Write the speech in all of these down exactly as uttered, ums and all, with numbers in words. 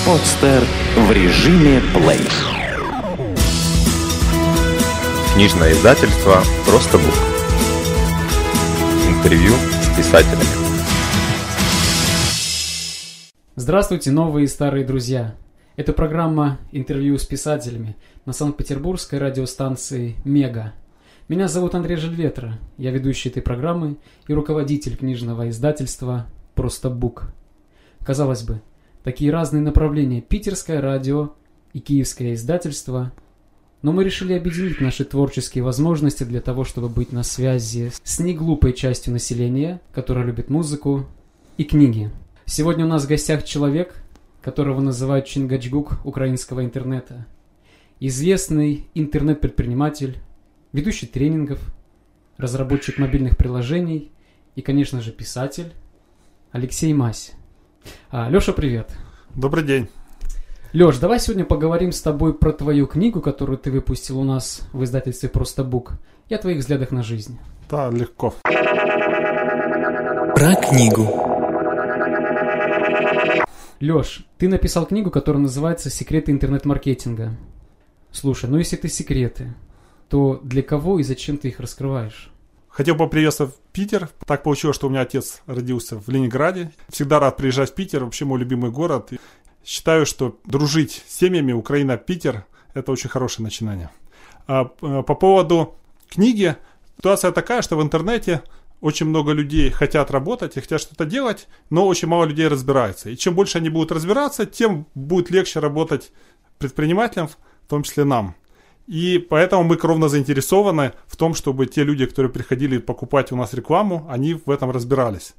Подстер в режиме плей. Книжное издательство «Просто Бук». Интервью с писателями. Здравствуйте, новые и старые друзья. Это программа «Интервью с писателями» на Санкт-Петербургской радиостанции «Мега». Меня зовут Андрей Жильветра, я ведущий этой программы и руководитель книжного издательства «Просто Бук». Казалось бы, такие разные направления – питерское радио и киевское издательство, но мы решили объединить наши творческие возможности для того, чтобы быть на связи с неглупой частью населения, которая любит музыку и книги. Сегодня у нас в гостях человек, которого называют Чингачгук украинского интернета. Известный интернет-предприниматель, ведущий тренингов, разработчик мобильных приложений и, конечно же, писатель Алексей Мась. А, Леша, привет. Добрый день. Леш, давай сегодня поговорим с тобой про твою книгу, которую ты выпустил у нас в издательстве «Просто Бук», и о твоих взглядах на жизнь. Да, легко. Про книгу. Леш, ты написал книгу, которая называется «Секреты интернет-маркетинга». Слушай, ну если это секреты, то для кого и зачем ты их раскрываешь? Хотел бы приветствовать Питер. Так получилось, что у меня отец родился в Ленинграде. Всегда рад приезжать в Питер, вообще мой любимый город. И считаю, что дружить с семьями Украина-Питер – это очень хорошее начинание. А по поводу книги, ситуация такая, что в интернете очень много людей хотят работать и хотят что-то делать, но очень мало людей разбирается. И чем больше они будут разбираться, тем будет легче работать предпринимателям, в том числе нам. И поэтому мы кровно заинтересованы в том, чтобы те люди, которые приходили покупать у нас рекламу, они в этом разбирались.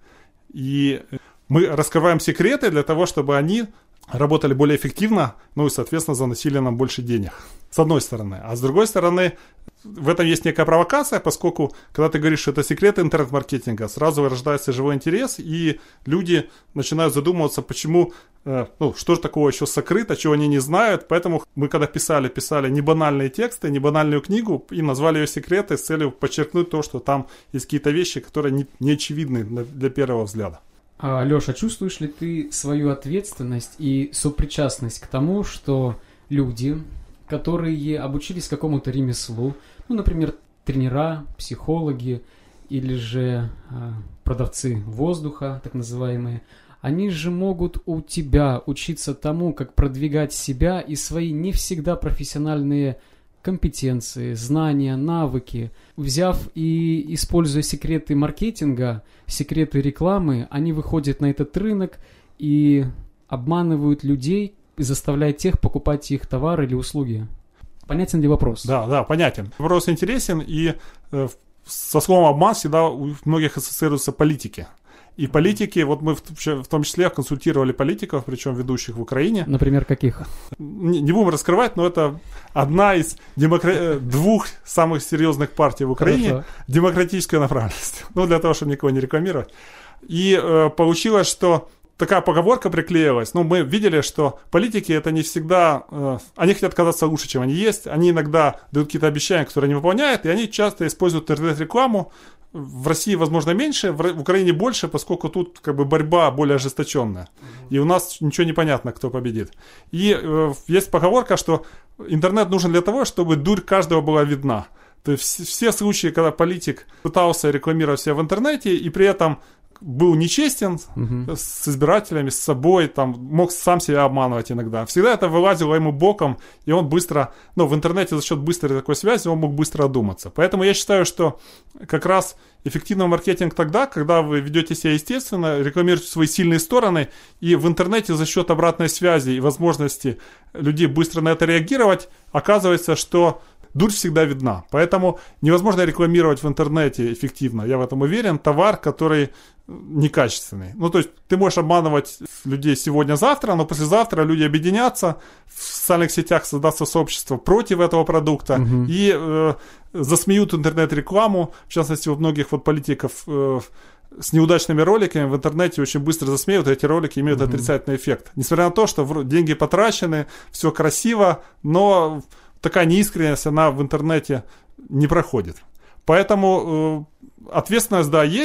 И мы раскрываем секреты для того, чтобы они работали более эффективно, ну и, соответственно, заносили нам больше денег. С одной стороны. А с другой стороны, в этом есть некая провокация, поскольку, когда ты говоришь, что это секреты интернет-маркетинга, сразу рождается живой интерес, и люди начинают задумываться, почему, э, ну, что же такого еще сокрыто, чего они не знают. Поэтому мы, когда писали, писали не банальные тексты, не банальную книгу, и назвали ее «Секреты» с целью подчеркнуть то, что там есть какие-то вещи, которые не, не очевидны для первого взгляда. А, Леша, чувствуешь ли ты свою ответственность и сопричастность к тому, что люди, которые обучились какому-то ремеслу, ну, например, тренера, психологи или же а, продавцы воздуха, так называемые, они же могут у тебя учиться тому, как продвигать себя и свои не всегда профессиональные компетенции, знания, навыки. Взяв и используя секреты маркетинга, секреты рекламы, они выходят на этот рынок и обманывают людей, заставляя тех покупать их товары или услуги. Понятен ли вопрос? Да, да, понятен. Вопрос интересен, и э, со словом «обман» всегда у многих ассоциируются политики. И политики, вот мы в, в том числе консультировали политиков, причем ведущих в Украине. Например, каких? Не, не будем раскрывать, но это одна из демокра... двух самых серьезных партий в Украине. Хорошо. Демократическая направленность. Ну, для того, чтобы никого не рекламировать. И э, получилось, что такая поговорка приклеилась. Ну, мы видели, что политики это не всегда... Э, они хотят казаться лучше, чем они есть. Они иногда дают какие-то обещания, которые не выполняют. И они часто используют интернет-рекламу. В России, возможно, меньше, в Украине больше, поскольку тут как бы борьба более ожесточенная. И у нас ничего не понятно, кто победит. И э, есть поговорка, что интернет нужен для того, чтобы дурь каждого была видна. То есть все случаи, когда политик пытался рекламировать себя в интернете и при этом был нечестен uh-huh. с избирателями, с собой, там, мог сам себя обманывать иногда. Всегда это вылазило ему боком, и он быстро, ну, в интернете за счет быстрой такой связи он мог быстро одуматься. Поэтому я считаю, что как раз эффективный маркетинг тогда, когда вы ведете себя естественно, рекламируете свои сильные стороны, и в интернете за счет обратной связи и возможности людей быстро на это реагировать, оказывается, что дурь всегда видна. Поэтому невозможно рекламировать в интернете эффективно, я в этом уверен, товар, который некачественный. Ну, то есть ты можешь обманывать людей сегодня-завтра, но послезавтра люди объединятся, в социальных сетях создастся сообщество против этого продукта угу. и э, засмеют интернет-рекламу. В частности, у многих вот политиков э, с неудачными роликами в интернете очень быстро засмеют, и эти ролики имеют угу. отрицательный эффект. Несмотря на то, что деньги потрачены, все красиво, но такая неискренность, она в интернете не проходит. Поэтому э, ответственность, да, есть,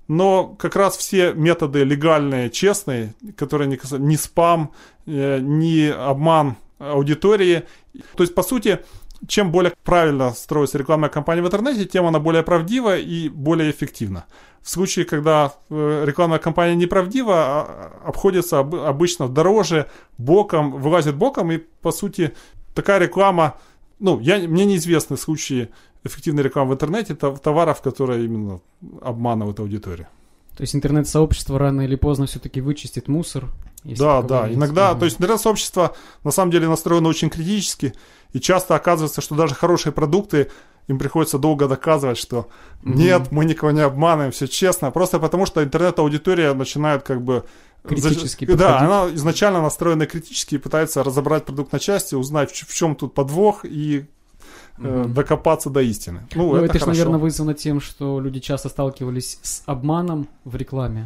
но как раз все методы легальные, честные, которые не, касаются ни спам, э, ни обман аудитории. То есть, по сути, чем более правильно строится рекламная кампания в интернете, тем она более правдива и более эффективна. В случае, когда э, рекламная кампания неправдива, а, обходится об, обычно дороже, боком, вылазит боком, и, по сути, такая реклама, ну, я, мне неизвестны случаи эффективной рекламы в интернете товаров, которые именно обманывают аудиторию. То есть интернет-сообщество рано или поздно все-таки вычистит мусор? Да, да, есть. Иногда, ага. То есть интернет-сообщество на самом деле настроено очень критически, и часто оказывается, что даже хорошие продукты, им приходится долго доказывать, что угу. нет, мы никого не обманываем, все честно, просто потому что интернет-аудитория начинает как бы... Критически за... Да, она изначально настроена критически и пытается разобрать продукт на части, узнать, в, в чем тут подвох и э, угу. докопаться до истины. Ну, ну это, это же, хорошо. наверное, вызвано тем, что люди часто сталкивались с обманом в рекламе.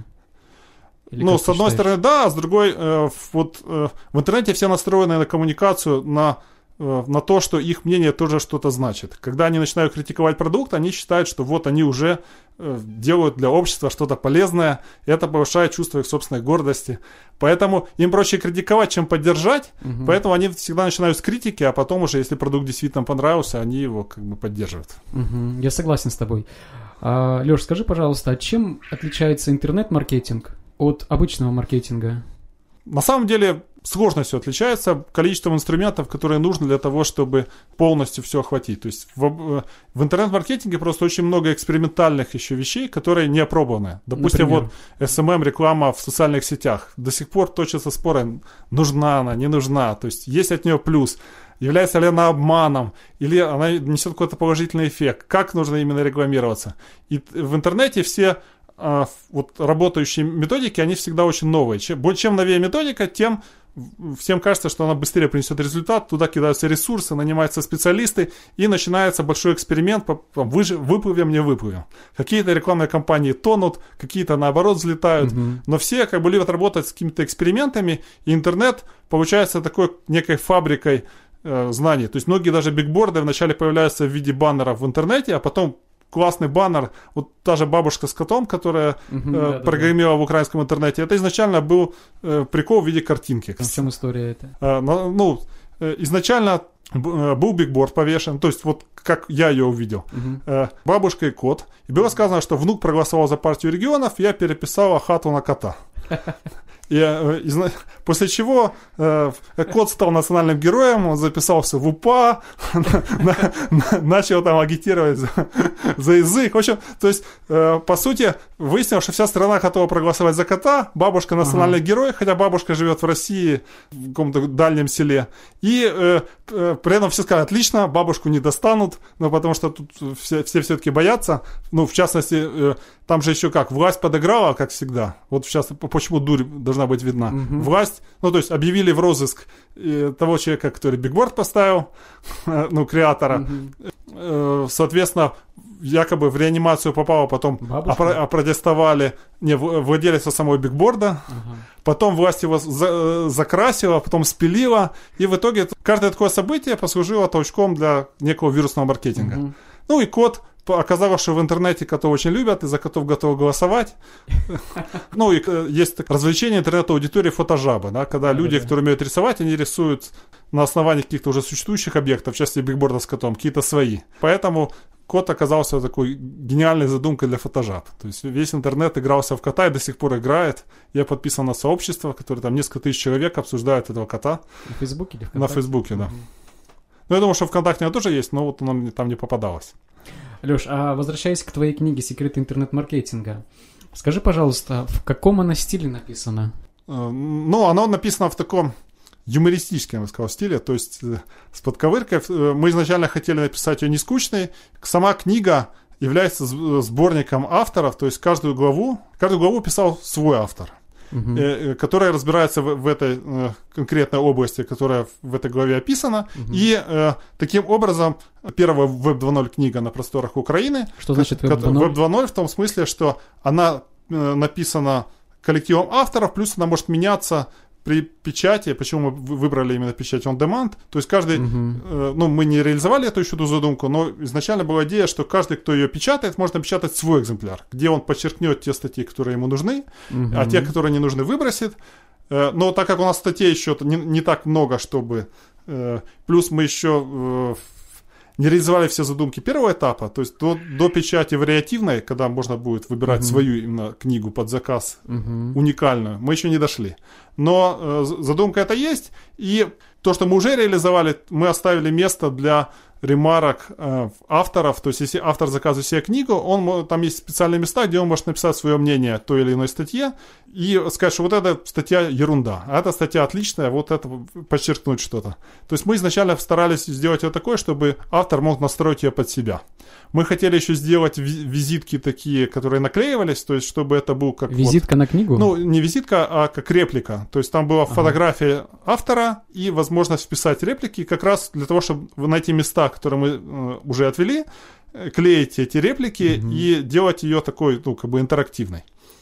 Или ну, с одной считаешь? стороны, да, а с другой, э, вот э, в интернете все настроены на коммуникацию, на, э, на то, что их мнение тоже что-то значит. Когда они начинают критиковать продукт, они считают, что вот они уже э, делают для общества что-то полезное, и это повышает чувство их собственной гордости. Поэтому им проще критиковать, чем поддержать, угу. поэтому они всегда начинают с критики, а потом уже, если продукт действительно понравился, они его как бы поддерживают. Угу. Я согласен с тобой. А, Лёш, скажи, пожалуйста, а чем отличается интернет-маркетинг от обычного маркетинга? На самом деле сложно все отличается количеством инструментов, которые нужны для того, чтобы полностью все охватить. То есть в, в интернет-маркетинге просто очень много экспериментальных еще вещей, которые не опробованы. Допустим, Например? вот эс эм эм-реклама в социальных сетях. До сих пор точатся споры, нужна она, не нужна. То есть есть от нее плюс. Является ли она обманом, или она несет какой-то положительный эффект. Как нужно именно рекламироваться. И в интернете все... А, вот работающие методики, они всегда очень новые. Чем, чем новее методика, тем всем кажется, что она быстрее принесет результат. Туда кидаются ресурсы, нанимаются специалисты, и начинается большой эксперимент по, по выж, выплывем, не выплывем. Какие-то рекламные кампании тонут, какие-то наоборот взлетают, mm-hmm. но все как бы любят работать с какими-то экспериментами, и интернет получается такой некой фабрикой э, знаний. То есть многие даже бигборды вначале появляются в виде баннеров в интернете, а потом классный баннер, вот та же бабушка с котом, которая uh-huh, э, да, программировала да, да. в украинском интернете, это изначально был э, прикол в виде картинки. В чем история это? Э, ну, э, изначально б, был бигборд повешен, то есть вот как я ее увидел. Uh-huh. Э, бабушка и кот. И было сказано, что внук проголосовал за партию регионов, я переписала хату на кота. И, и, после чего э, кот стал национальным героем, он записался в УПА, на, на, начал там агитировать за, за язык. В общем, то есть, э, по сути, выяснилось, что вся страна готова проголосовать за кота, бабушка национальный ага. герой, хотя бабушка живет в России, в каком-то дальнем селе. И э, э, при этом все сказали, отлично, бабушку не достанут, ну, потому что тут все, все все-таки боятся. Ну, в частности, э, там же еще как, власть подыграла, как всегда. Вот сейчас почему дурь должна быть видна. Угу. Власть, ну, то есть объявили в розыск э, того человека, который бигборд поставил, э, ну, креатора. Угу. Э, соответственно, якобы в реанимацию попало, потом опро- опротестовали не, владелица самого бигборда. Угу. Потом власть его за- закрасила, потом спилила. И в итоге каждое такое событие послужило толчком для некого вирусного маркетинга. Угу. Ну и кот. Оказалось, что в интернете котов очень любят, и за котов готовы голосовать. Ну, и есть развлечение интернет-аудитории фотожаба, да, когда люди, которые умеют рисовать, они рисуют на основании каких-то уже существующих объектов, в частности, бигборда с котом, какие-то свои. Поэтому кот оказался такой гениальной задумкой для фотожаб. То есть весь интернет игрался в кота и до сих пор играет. Я подписан на сообщество, которое там несколько тысяч человек обсуждают этого кота. На Фейсбуке или ВКонтакте? На Фейсбуке, да. Ну, я думаю, что ВКонтакте она тоже есть, но вот она там не попадалась. Лёш, а возвращаясь к твоей книге «Секреты интернет-маркетинга», скажи, пожалуйста, в каком она стиле написана? Ну, оно написано в таком юмористическом, я бы сказал, стиле, то есть с подковыркой. Мы изначально хотели написать ее не скучной. Сама книга является сборником авторов, то есть каждую главу, каждую главу писал свой автор. Uh-huh. э, которая разбирается в, в этой э, конкретной области, которая в этой главе описана. Uh-huh. И э, таким образом первая веб два ноль книга на просторах Украины. Что значит веб два ноль? веб два ноль в том смысле, что она э, написана коллективом авторов, плюс она может меняться при печати, почему мы выбрали именно печать on demand, то есть каждый, Uh-huh. э, ну, мы не реализовали эту еще ту задумку, но изначально была идея, что каждый, кто ее печатает, может напечатать свой экземпляр, где он подчеркнет те статьи, которые ему нужны, Uh-huh. а те, которые не нужны, выбросит. Э, но так как у нас статей еще не, не так много, чтобы... Э, плюс мы еще... Э, не реализовали все задумки первого этапа, то есть до, до печати вариативной, когда можно будет выбирать uh-huh. свою именно книгу под заказ, uh-huh. уникальную, мы еще не дошли. Но э, задумка это есть, и то, что мы уже реализовали, мы оставили место для ремарок э, авторов, то есть если автор заказывает себе книгу, он, там есть специальные места, где он может написать свое мнение о той или иной статье и сказать, что вот эта статья ерунда, а эта статья отличная, вот это подчеркнуть что-то. То есть мы изначально старались сделать ее такой, чтобы автор мог настроить ее под себя. Мы хотели еще сделать визитки такие, которые наклеивались, то есть чтобы это был как... Визитка вот, на книгу? Ну, не визитка, а как реплика. То есть там была ага. фотография автора и возможность вписать реплики как раз для того, чтобы на эти места, которые мы э, уже отвели, клеить эти реплики угу. и делать ее такой, ну, как бы интерактивной.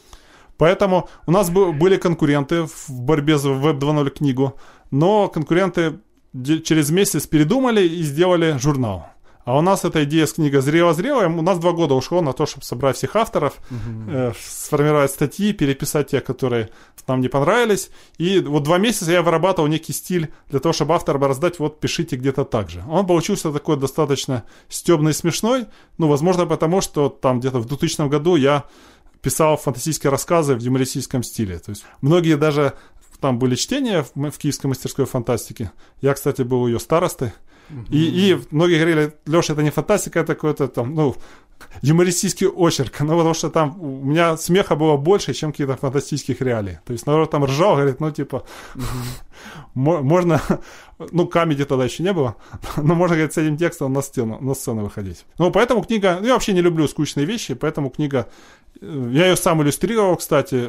Поэтому у нас б- были конкуренты в борьбе за веб два ноль книгу, но конкуренты д- через месяц передумали и сделали журнал. А у нас эта идея с книгой зрела-зрела, у нас два года ушло на то, чтобы собрать всех авторов, uh-huh. э, сформировать статьи, переписать те, которые нам не понравились. И вот два месяца я вырабатывал некий стиль для того, чтобы авторам раздать, вот пишите где-то так же. Он получился такой достаточно стебный и смешной, ну, возможно, потому что там где-то в двухтысячном году я писал фантастические рассказы в юмористическом стиле. То есть многие даже, там были чтения в, в Киевской мастерской фантастики. Я, кстати, был ее старостой. Uh-huh. И, и многие говорили, Леша, это не фантастика, это какой-то там, ну, юмористический очерк. Ну, потому что там у меня смеха было больше, чем каких-то фантастических реалий. То есть народ там ржал, говорит, ну, типа, uh-huh. можно, ну, камеди тогда еще не было, но можно, говорит, с этим текстом на сцену, на сцену выходить. Ну, поэтому книга, я вообще не люблю скучные вещи, поэтому книга, я ее сам иллюстрировал, кстати,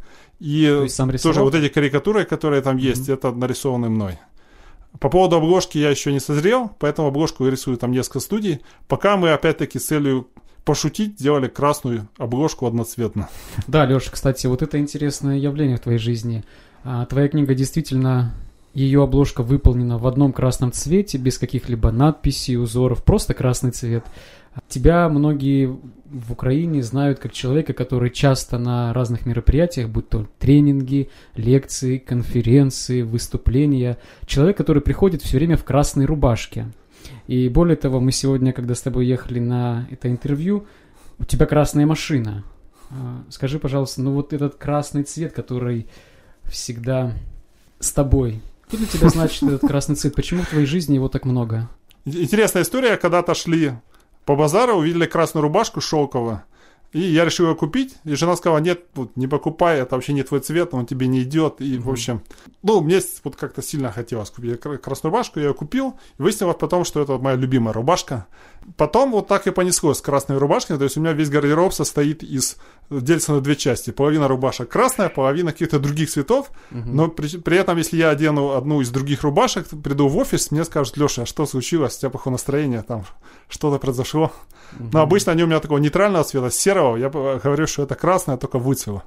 и сам тоже вот эти карикатуры, которые там uh-huh. есть, это нарисованы мной. По поводу обложки я еще не созрел, поэтому обложку рисую там несколько студий. Пока мы, опять-таки, с целью пошутить, делали красную обложку одноцветно. Да, Леша, кстати, вот это интересное явление в твоей жизни. А, твоя книга действительно, ее обложка выполнена в одном красном цвете, без каких-либо надписей, узоров, просто красный цвет. Тебя многие в Украине знают как человека, который часто на разных мероприятиях, будь то тренинги, лекции, конференции, выступления, человек, который приходит все время в красной рубашке. И более того, мы сегодня, когда с тобой ехали на это интервью, у тебя красная машина. Скажи, пожалуйста, ну вот этот красный цвет, который всегда с тобой, что для тебя значит этот красный цвет? Почему в твоей жизни его так много? Интересная история, когда-то шли по базару, увидели красную рубашку шелковую, и я решил ее купить, и жена сказала, нет, вот, не покупай, это вообще не твой цвет, он тебе не идет, и, mm-hmm. в общем, ну, мне вот как-то сильно хотелось купить красную рубашку, я ее купил, и выяснилось потом, что это моя любимая рубашка. Потом вот так и понеслось с красной рубашкой, то есть у меня весь гардероб состоит из, делится на две части, половина рубашек красная, половина каких-то других цветов, mm-hmm. но при, при этом, если я одену одну из других рубашек, приду в офис, мне скажут, Леша, а что случилось, у тебя плохое настроение, там что-то произошло. Mm-hmm. Но обычно они у меня такого нейтрального цвета, серого, я говорю, что это красное, только выцвело.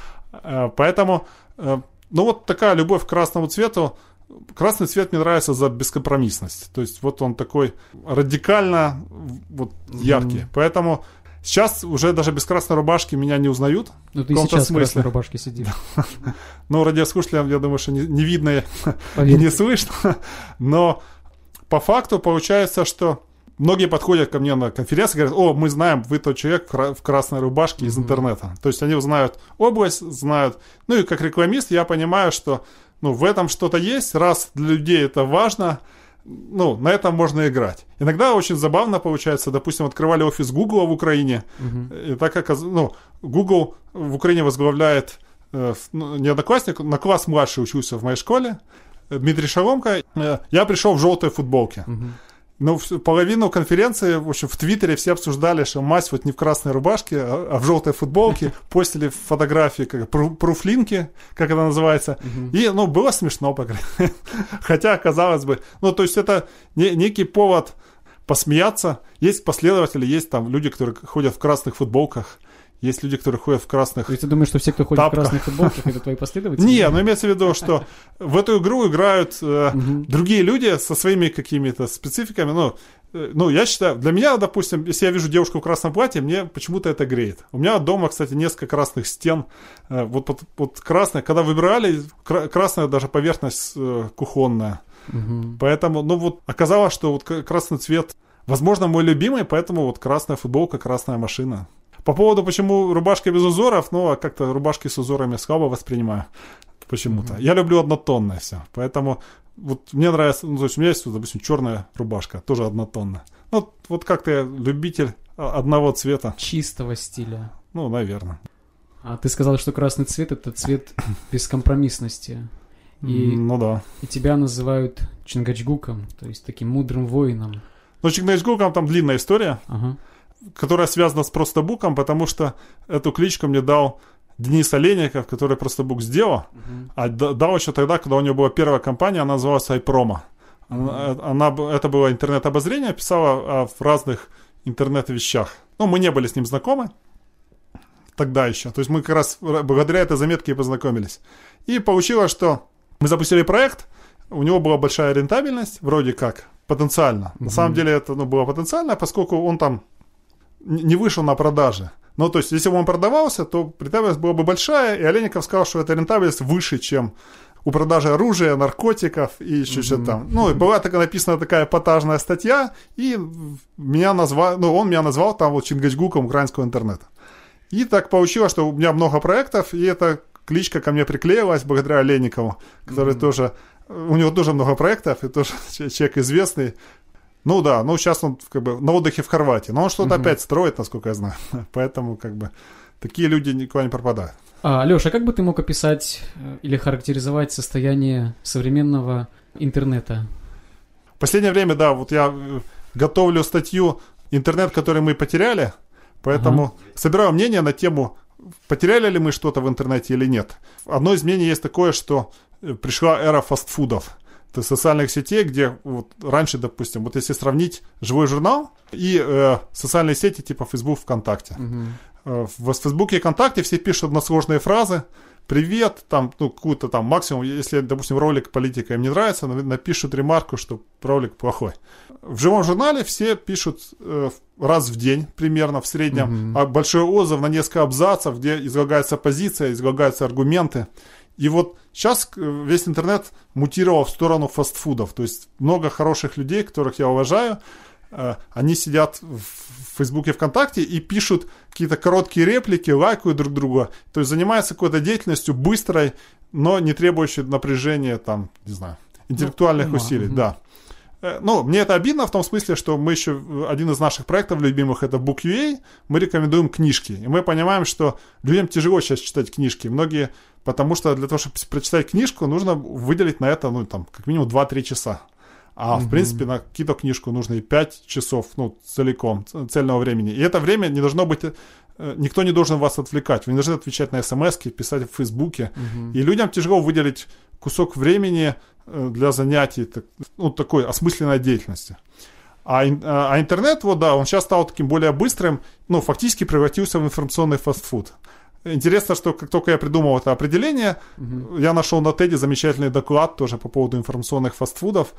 Поэтому, ну вот такая любовь к красному цвету. Красный цвет мне нравится за бескомпромиссность. То есть вот он такой радикально вот, яркий. Mm-hmm. Поэтому сейчас уже даже без красной рубашки меня не узнают. Ну ты сейчас в красной рубашке сидишь. Ну радиослушателям, я думаю, что не видно и не слышно. Но по факту получается, что многие подходят ко мне на конференции и говорят, о, мы знаем, вы тот человек в красной рубашке из mm-hmm. интернета. То есть они знают область, знают. Ну и как рекламист я понимаю, что ну, в этом что-то есть. Раз для людей это важно, ну, на этом можно играть. Иногда очень забавно получается. Допустим, открывали офис Google в Украине. Mm-hmm. И так как ну, Google в Украине возглавляет э, не одноклассник, на класс младший учился в моей школе, Дмитрий Шаломко. Э, я пришел в желтой футболке. Mm-hmm. Ну, половину конференции, в общем, в Твиттере все обсуждали, что мать вот не в красной рубашке, а в желтой футболке, постили фотографии, как пруфлинки, как это называется. Uh-huh. И, ну, было смешно, хотя, казалось бы, ну, то есть это не, некий повод посмеяться. Есть последователи, есть там люди, которые ходят в красных футболках. есть люди, которые ходят в красных... То есть ты думаешь, что все, кто ходит тапках. в красных футболках, это твои последователи? Не, ну имеется в виду, что в эту игру играют э, другие люди со своими какими-то спецификами. Ну, э, ну, я считаю, для меня, допустим, если я вижу девушку в красном платье, мне почему-то это греет. У меня дома, кстати, несколько красных стен. Э, вот, вот, вот красная, когда выбирали, кра- красная даже поверхность э, кухонная. Угу. Поэтому, ну вот, оказалось, что вот красный цвет, возможно, мой любимый, поэтому вот красная футболка, красная машина. По поводу, почему рубашка без узоров, ну, а как-то рубашки с узорами слабо воспринимаю почему-то. Mm-hmm. Я люблю однотонное все, поэтому вот мне нравится, ну, то есть у меня есть, допустим, черная рубашка, тоже однотонная. Ну, вот как-то я любитель одного цвета. Чистого стиля. Ну, наверное. А ты сказал, что красный цвет — это цвет бескомпромиссности. И, ну да. И тебя называют Чингачгуком, то есть таким мудрым воином. Ну, Чингачгуком там длинная история. Ага. Которая связана с Простобуком, потому что эту кличку мне дал Денис Олейников, который Простобук сделал. Uh-huh. А дал еще тогда, когда у него была первая компания, она называлась iPromo. Uh-huh. Она, она, это было интернет-обозрение, писала о разных интернет-вещах. Ну, мы не были с ним знакомы тогда еще. То есть мы как раз благодаря этой заметке и познакомились. И получилось, что мы запустили проект, у него была большая рентабельность, вроде как, потенциально. Uh-huh. На самом деле это ну, было потенциально, поскольку он там не вышел на продажи. Ну, то есть, если бы он продавался, то рентабельность была бы большая, и Олейников сказал, что эта рентабельность выше, чем у продажи оружия, наркотиков и еще mm-hmm. что-то там. Ну, и была такая написана такая эпатажная статья, и меня назвал, ну, он меня назвал там вот Чингачгуком украинского интернета. И так получилось, что у меня много проектов, и эта кличка ко мне приклеилась благодаря Олейникову, который mm-hmm. тоже, у него тоже много проектов, и тоже человек известный. Ну да, ну сейчас он как бы на отдыхе в Хорватии, но он что-то угу. опять строит, насколько я знаю, поэтому как бы такие люди никуда не пропадают. А, Леша, как бы ты мог описать или характеризовать состояние современного интернета? В последнее время, да, вот я готовлю статью «Интернет, который мы потеряли», поэтому ага. собираю мнение на тему, потеряли ли мы что-то в интернете или нет. Одно из мнений есть такое, что пришла эра фастфудов. То есть социальных сетей, где вот раньше, допустим, вот если сравнить живой журнал и э, социальные сети типа Facebook, ВКонтакте. Uh-huh. Э, в Фейсбуке и ВКонтакте все пишут односложные фразы. Привет, там, ну, какую-то там максимум, если, допустим, ролик политика им не нравится, напишут ремарку, что ролик плохой. В живом журнале все пишут э, раз в день примерно, в среднем, uh-huh. большой отзыв на несколько абзацев, где излагается позиция, излагаются аргументы. И вот сейчас весь интернет мутировал в сторону фастфудов. То есть много хороших людей, которых я уважаю, они сидят в Фейсбуке, ВКонтакте и пишут какие-то короткие реплики, лайкают друг друга. То есть занимаются какой-то деятельностью быстрой, но не требующей напряжения, там, не знаю, интеллектуальных ну, усилий. Угу. Да. Ну, мне это обидно в том смысле, что мы еще, один из наших проектов любимых, это Book.ua, мы рекомендуем книжки. И мы понимаем, что людям тяжело сейчас читать книжки. Многие, потому что для того, чтобы прочитать книжку, нужно выделить на это, ну, там, как минимум два-три часа. А, угу. в принципе, на какую-то книжку нужно и пять часов, ну, целиком, цельного времени. И это время не должно быть... Никто не должен вас отвлекать. Вы не должны отвечать на смс-ки, писать в Фейсбуке. Угу. И людям тяжело выделить кусок времени для занятий, ну, такой осмысленной деятельности. А, а интернет, вот да, он сейчас стал таким более быстрым, ну, фактически превратился в информационный фастфуд. Интересно, что как только я придумал это определение, uh-huh. я нашел на TED замечательный доклад тоже по поводу информационных фастфудов.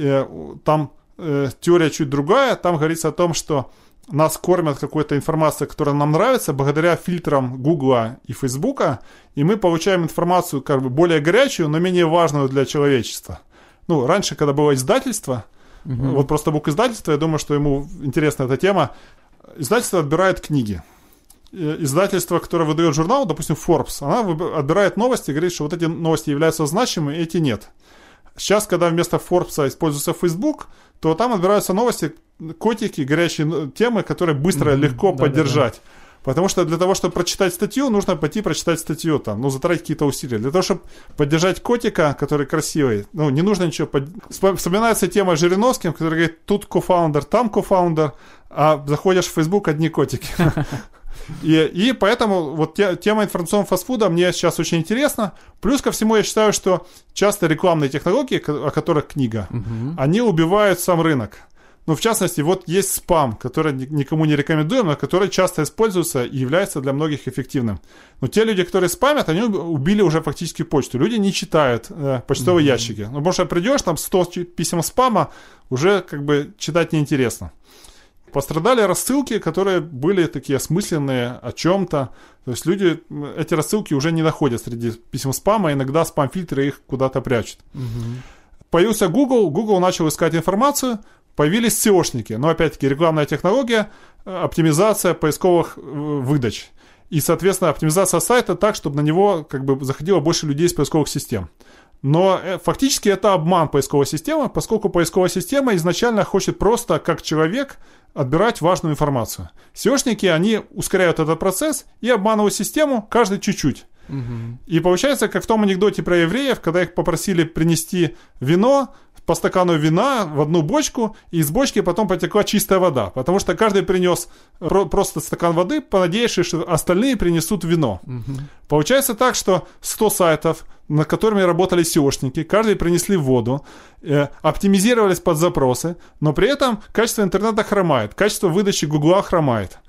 Там э, теория чуть другая, там говорится о том, что нас кормят какой-то информацией, которая нам нравится, благодаря фильтрам Гугла и Фейсбука, и мы получаем информацию как бы более горячую, но менее важную для человечества. Ну, раньше, когда было издательство, uh-huh. вот просто бук издательства, я думаю, что ему интересна эта тема, издательство отбирает книги. Издательство, которое выдает журнал, допустим, Forbes, она отбирает новости и говорит, что вот эти новости являются значимыми, эти нет. Сейчас, когда вместо Forbes используется Facebook, то там отбираются новости, котики, горячие темы, которые быстро и mm-hmm. легко да, поддержать. Да, да. Потому что для того, чтобы прочитать статью, нужно пойти прочитать статью, там, ну, затратить какие-то усилия. Для того, чтобы поддержать котика, который красивый, ну, не нужно ничего. Под... Вспоминается тема с Жириновским, который говорит, тут кофаундер, там кофаундер, а заходишь в Facebook, одни котики. И, и поэтому вот те, тема информационного фастфуда мне сейчас очень интересна. Плюс ко всему я считаю, что часто рекламные технологии, о которых книга, угу. они убивают сам рынок. Ну, в частности, вот есть спам, который никому не рекомендуем, но который часто используется и является для многих эффективным. Но те люди, которые спамят, они убили уже фактически почту. Люди не читают э, почтовые mm-hmm. ящики. Ну, потому что придешь, там сто писем спама, уже как бы читать неинтересно. Пострадали рассылки, которые были такие осмысленные о чем-то. То есть люди эти рассылки уже не находят среди писем спама, иногда спам-фильтры их куда-то прячут. Mm-hmm. Появился Google, Google начал искать информацию, появились сеошники, но опять-таки рекламная технология, оптимизация поисковых выдач. И, соответственно, оптимизация сайта так, чтобы на него как бы заходило больше людей из поисковых систем. Но фактически это обман поисковой системы, поскольку поисковая система изначально хочет просто, как человек, отбирать важную информацию. сеошники, они ускоряют этот процесс и обманывают систему каждый чуть-чуть. Угу. И получается, как в том анекдоте про евреев, когда их попросили принести вино, по стакану вина в одну бочку, и из бочки потом потекла чистая вода. Потому что каждый принес про- просто стакан воды, понадеявшись, что остальные принесут вино. Угу. Получается так, что сто сайтов, над которыми работали сеошники, каждый принесли воду, э, оптимизировались под запросы, но при этом качество интернета хромает, качество выдачи Гугла хромает.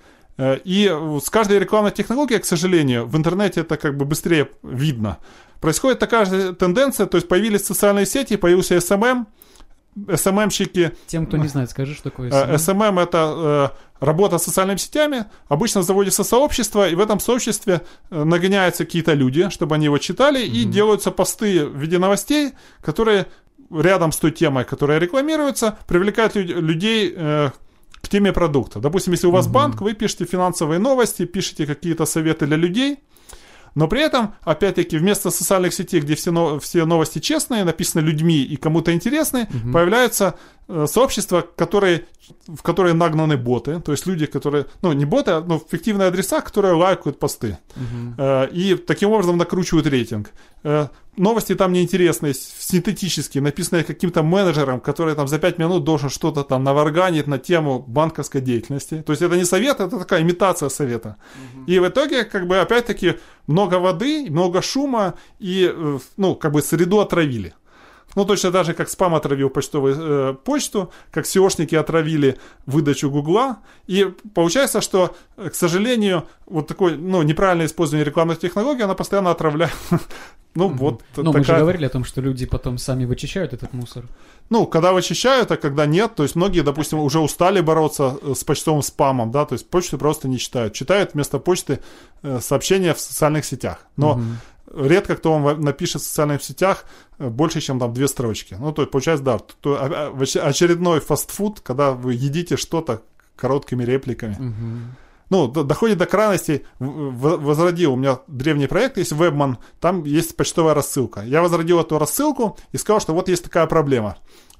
И с каждой рекламной технологией, к сожалению, в интернете это как бы быстрее видно. Происходит такая же тенденция, то есть появились социальные сети, появился эс эм эм, эс эм эм-щики. Тем, кто не знает, скажи, что такое эс эм эм. эс эм эм – это э, работа с социальными сетями. Обычно заводится сообщество, и в этом сообществе нагоняются какие-то люди, чтобы они его читали, mm-hmm. и делаются посты в виде новостей, которые рядом с той темой, которая рекламируется, привлекают лю- людей э, к теме продукта. Допустим, если у вас mm-hmm. банк, вы пишете финансовые новости, пишете какие-то советы для людей, но при этом, опять-таки, вместо социальных сетей, где все, но, все новости честные, написаны людьми и кому-то интересны, mm-hmm. появляются э, сообщества, которые, в которые нагнаны боты, то есть люди, которые, ну, не боты, но фиктивные адреса, которые лайкают посты. Mm-hmm. Э, и таким образом накручивают рейтинг. Э, новости там неинтересные, синтетические, написанные каким-то менеджером, который там за пять минут должен что-то там наварганить на тему банковской деятельности. То есть это не совет, это такая имитация совета. Mm-hmm. И в итоге, как бы, опять-таки, много воды, много шума, и, ну, как бы среду отравили. Ну, точно так же, как спам отравил почтовую э, почту, как сеошники отравили выдачу Гугла. И получается, что, к сожалению, вот такое, ну, неправильное использование рекламных технологий, она постоянно отравляет. Ну, угу. вот Но такая... мы же говорили о том, что люди потом сами вычищают этот мусор. Ну, когда вычищают, а когда нет. То есть многие, допустим, уже устали бороться с почтовым спамом, да, то есть почту просто не читают. Читают вместо почты э, сообщения в социальных сетях. Но угу. редко кто вам напишет в социальных сетях больше, чем там две строчки. Ну, то есть, получается, да, то, очередной фастфуд, когда вы едите что-то короткими репликами. Угу. Ну, доходит до крайностей. Возродил, у меня древний проект есть, Webman, там есть почтовая рассылка. Я возродил эту рассылку и сказал, что вот есть такая проблема.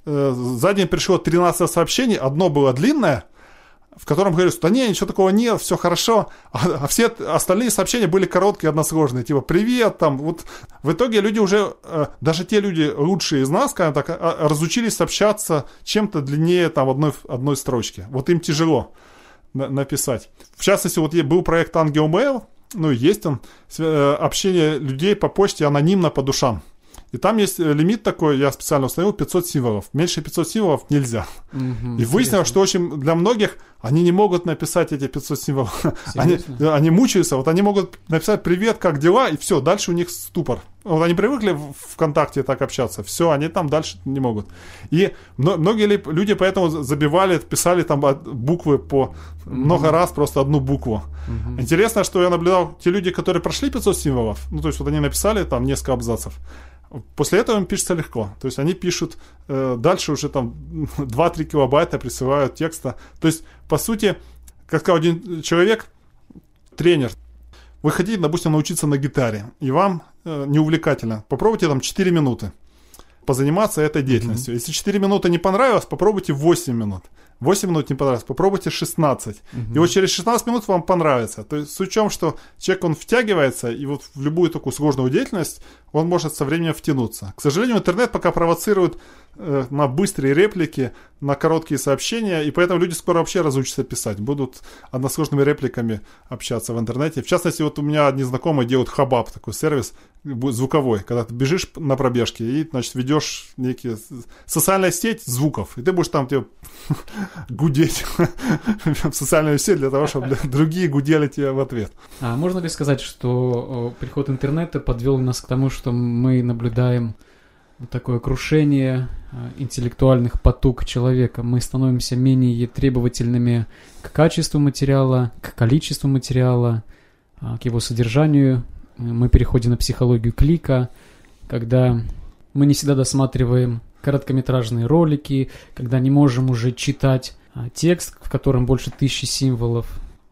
За день пришло тринадцать сообщений, одно было длинное, в котором говорю, что да не, ничего такого нет, все хорошо, а, а все остальные сообщения были короткие, односложные, типа привет, там, вот. В итоге люди уже, даже те люди лучшие из нас, скажем так, разучились общаться чем-то длиннее там одной, одной строчки. Вот им тяжело написать. В частности, вот был проект Angel Mail, ну, есть он, общение людей по почте анонимно по душам. И там есть лимит такой, я специально установил, пятьсот символов. Меньше пятьсот символов нельзя. Угу, и выяснилось, что очень для многих они не могут написать эти пятьсот символов. Они, они мучаются. Вот они могут написать «Привет, как дела?» и все, дальше у них ступор. Вот они привыкли в ВКонтакте так общаться. Все, они там дальше не могут. И многие люди поэтому забивали, писали там буквы по угу. много раз, просто одну букву. Угу. Интересно, что я наблюдал, те люди, которые прошли пятьсот символов, ну, то есть вот они написали там несколько абзацев, после этого им пишется легко. То есть они пишут э, дальше уже там два-три килобайта присылают текста. То есть, по сути, как сказал один человек, тренер, вы хотите, допустим, научиться на гитаре, и вам э, неувлекательно. Попробуйте там четыре минуты позаниматься этой деятельностью. Mm-hmm. Если четыре минуты не понравилось, попробуйте восемь минут. восемь минут не понравилось, попробуйте шестнадцать. Mm-hmm. И вот через шестнадцать минут вам понравится. То есть с учетом, что человек, он втягивается, и вот в любую такую сложную деятельность он может со временем втянуться. К сожалению, интернет пока провоцирует э, на быстрые реплики, на короткие сообщения, и поэтому люди скоро вообще разучатся писать, будут односложными репликами общаться в интернете. В частности, вот у меня одни знакомые делают Хабаб, такой сервис, звуковой, когда ты бежишь на пробежке и, значит, ведешь некие социальная сеть звуков, и ты будешь там тебе гудеть в социальную сеть для того, чтобы другие гудели тебе в ответ. А можно ли сказать, что приход интернета подвел нас к тому, что мы наблюдаем вот такое крушение интеллектуальных поток человека? Мы становимся менее требовательными к качеству материала, к количеству материала, к его содержанию. Мы переходим на психологию клика, когда мы не всегда досматриваем короткометражные ролики, когда не можем уже читать текст, в котором больше тысячи символов.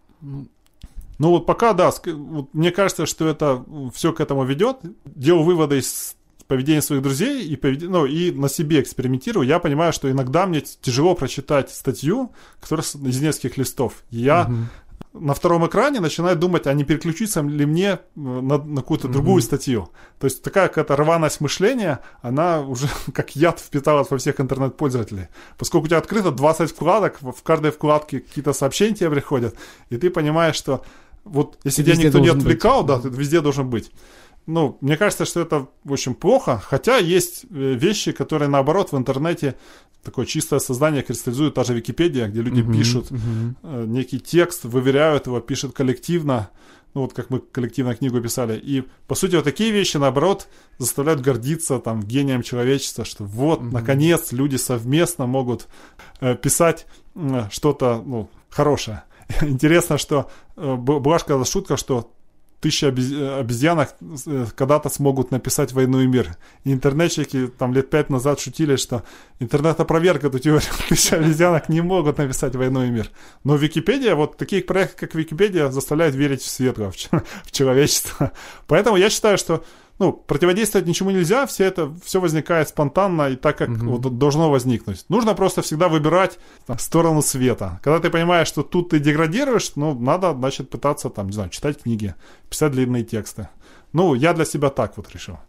Ну вот пока, да, вот мне кажется, что это все к этому ведет. Делаю выводы из поведения своих друзей и, повед... ну, и на себе экспериментирую. Я понимаю, что иногда мне тяжело прочитать статью, которая из нескольких листов. Я... Угу. На втором экране начинаю думать, а не переключиться ли мне на, на какую-то mm-hmm. другую статью. То есть такая какая-то рваность мышления, она уже как яд впиталась во всех интернет-пользователей. Поскольку у тебя открыто двадцать вкладок, в каждой вкладке какие-то сообщения тебе приходят, и ты понимаешь, что вот если тебя никто не отвлекал, быть. Да, ты везде должен быть. Ну, мне кажется, что это, в общем, плохо, хотя есть вещи, которые, наоборот, в интернете такое чистое создание кристаллизует, та же Википедия, где люди uh-huh, пишут uh-huh. Э, некий текст, выверяют его, пишут коллективно, ну, вот как мы коллективно книгу писали, и, по сути, вот такие вещи, наоборот, заставляют гордиться, там, гением человечества, что вот, uh-huh. наконец, люди совместно могут э, писать э, что-то, ну, хорошее. Интересно, что э, была же шутка, что тысячи обезьянок когда-то смогут написать «Войну и мир». И интернетчики там лет пять назад шутили, что интернет опроверг эту теорию. Тысячи обезьянок не могут написать «Войну и мир». Но Википедия, вот такие проекты, как Википедия, заставляют верить в светлое, в человечество. Поэтому я считаю, что ну, противодействовать ничему нельзя, все это все возникает спонтанно и так, как mm-hmm. вот, должно возникнуть. Нужно просто всегда выбирать там, сторону света. Когда ты понимаешь, что тут ты деградируешь, ну, надо, значит, пытаться там, не знаю, читать книги, писать длинные тексты. Ну, я для себя так вот решил.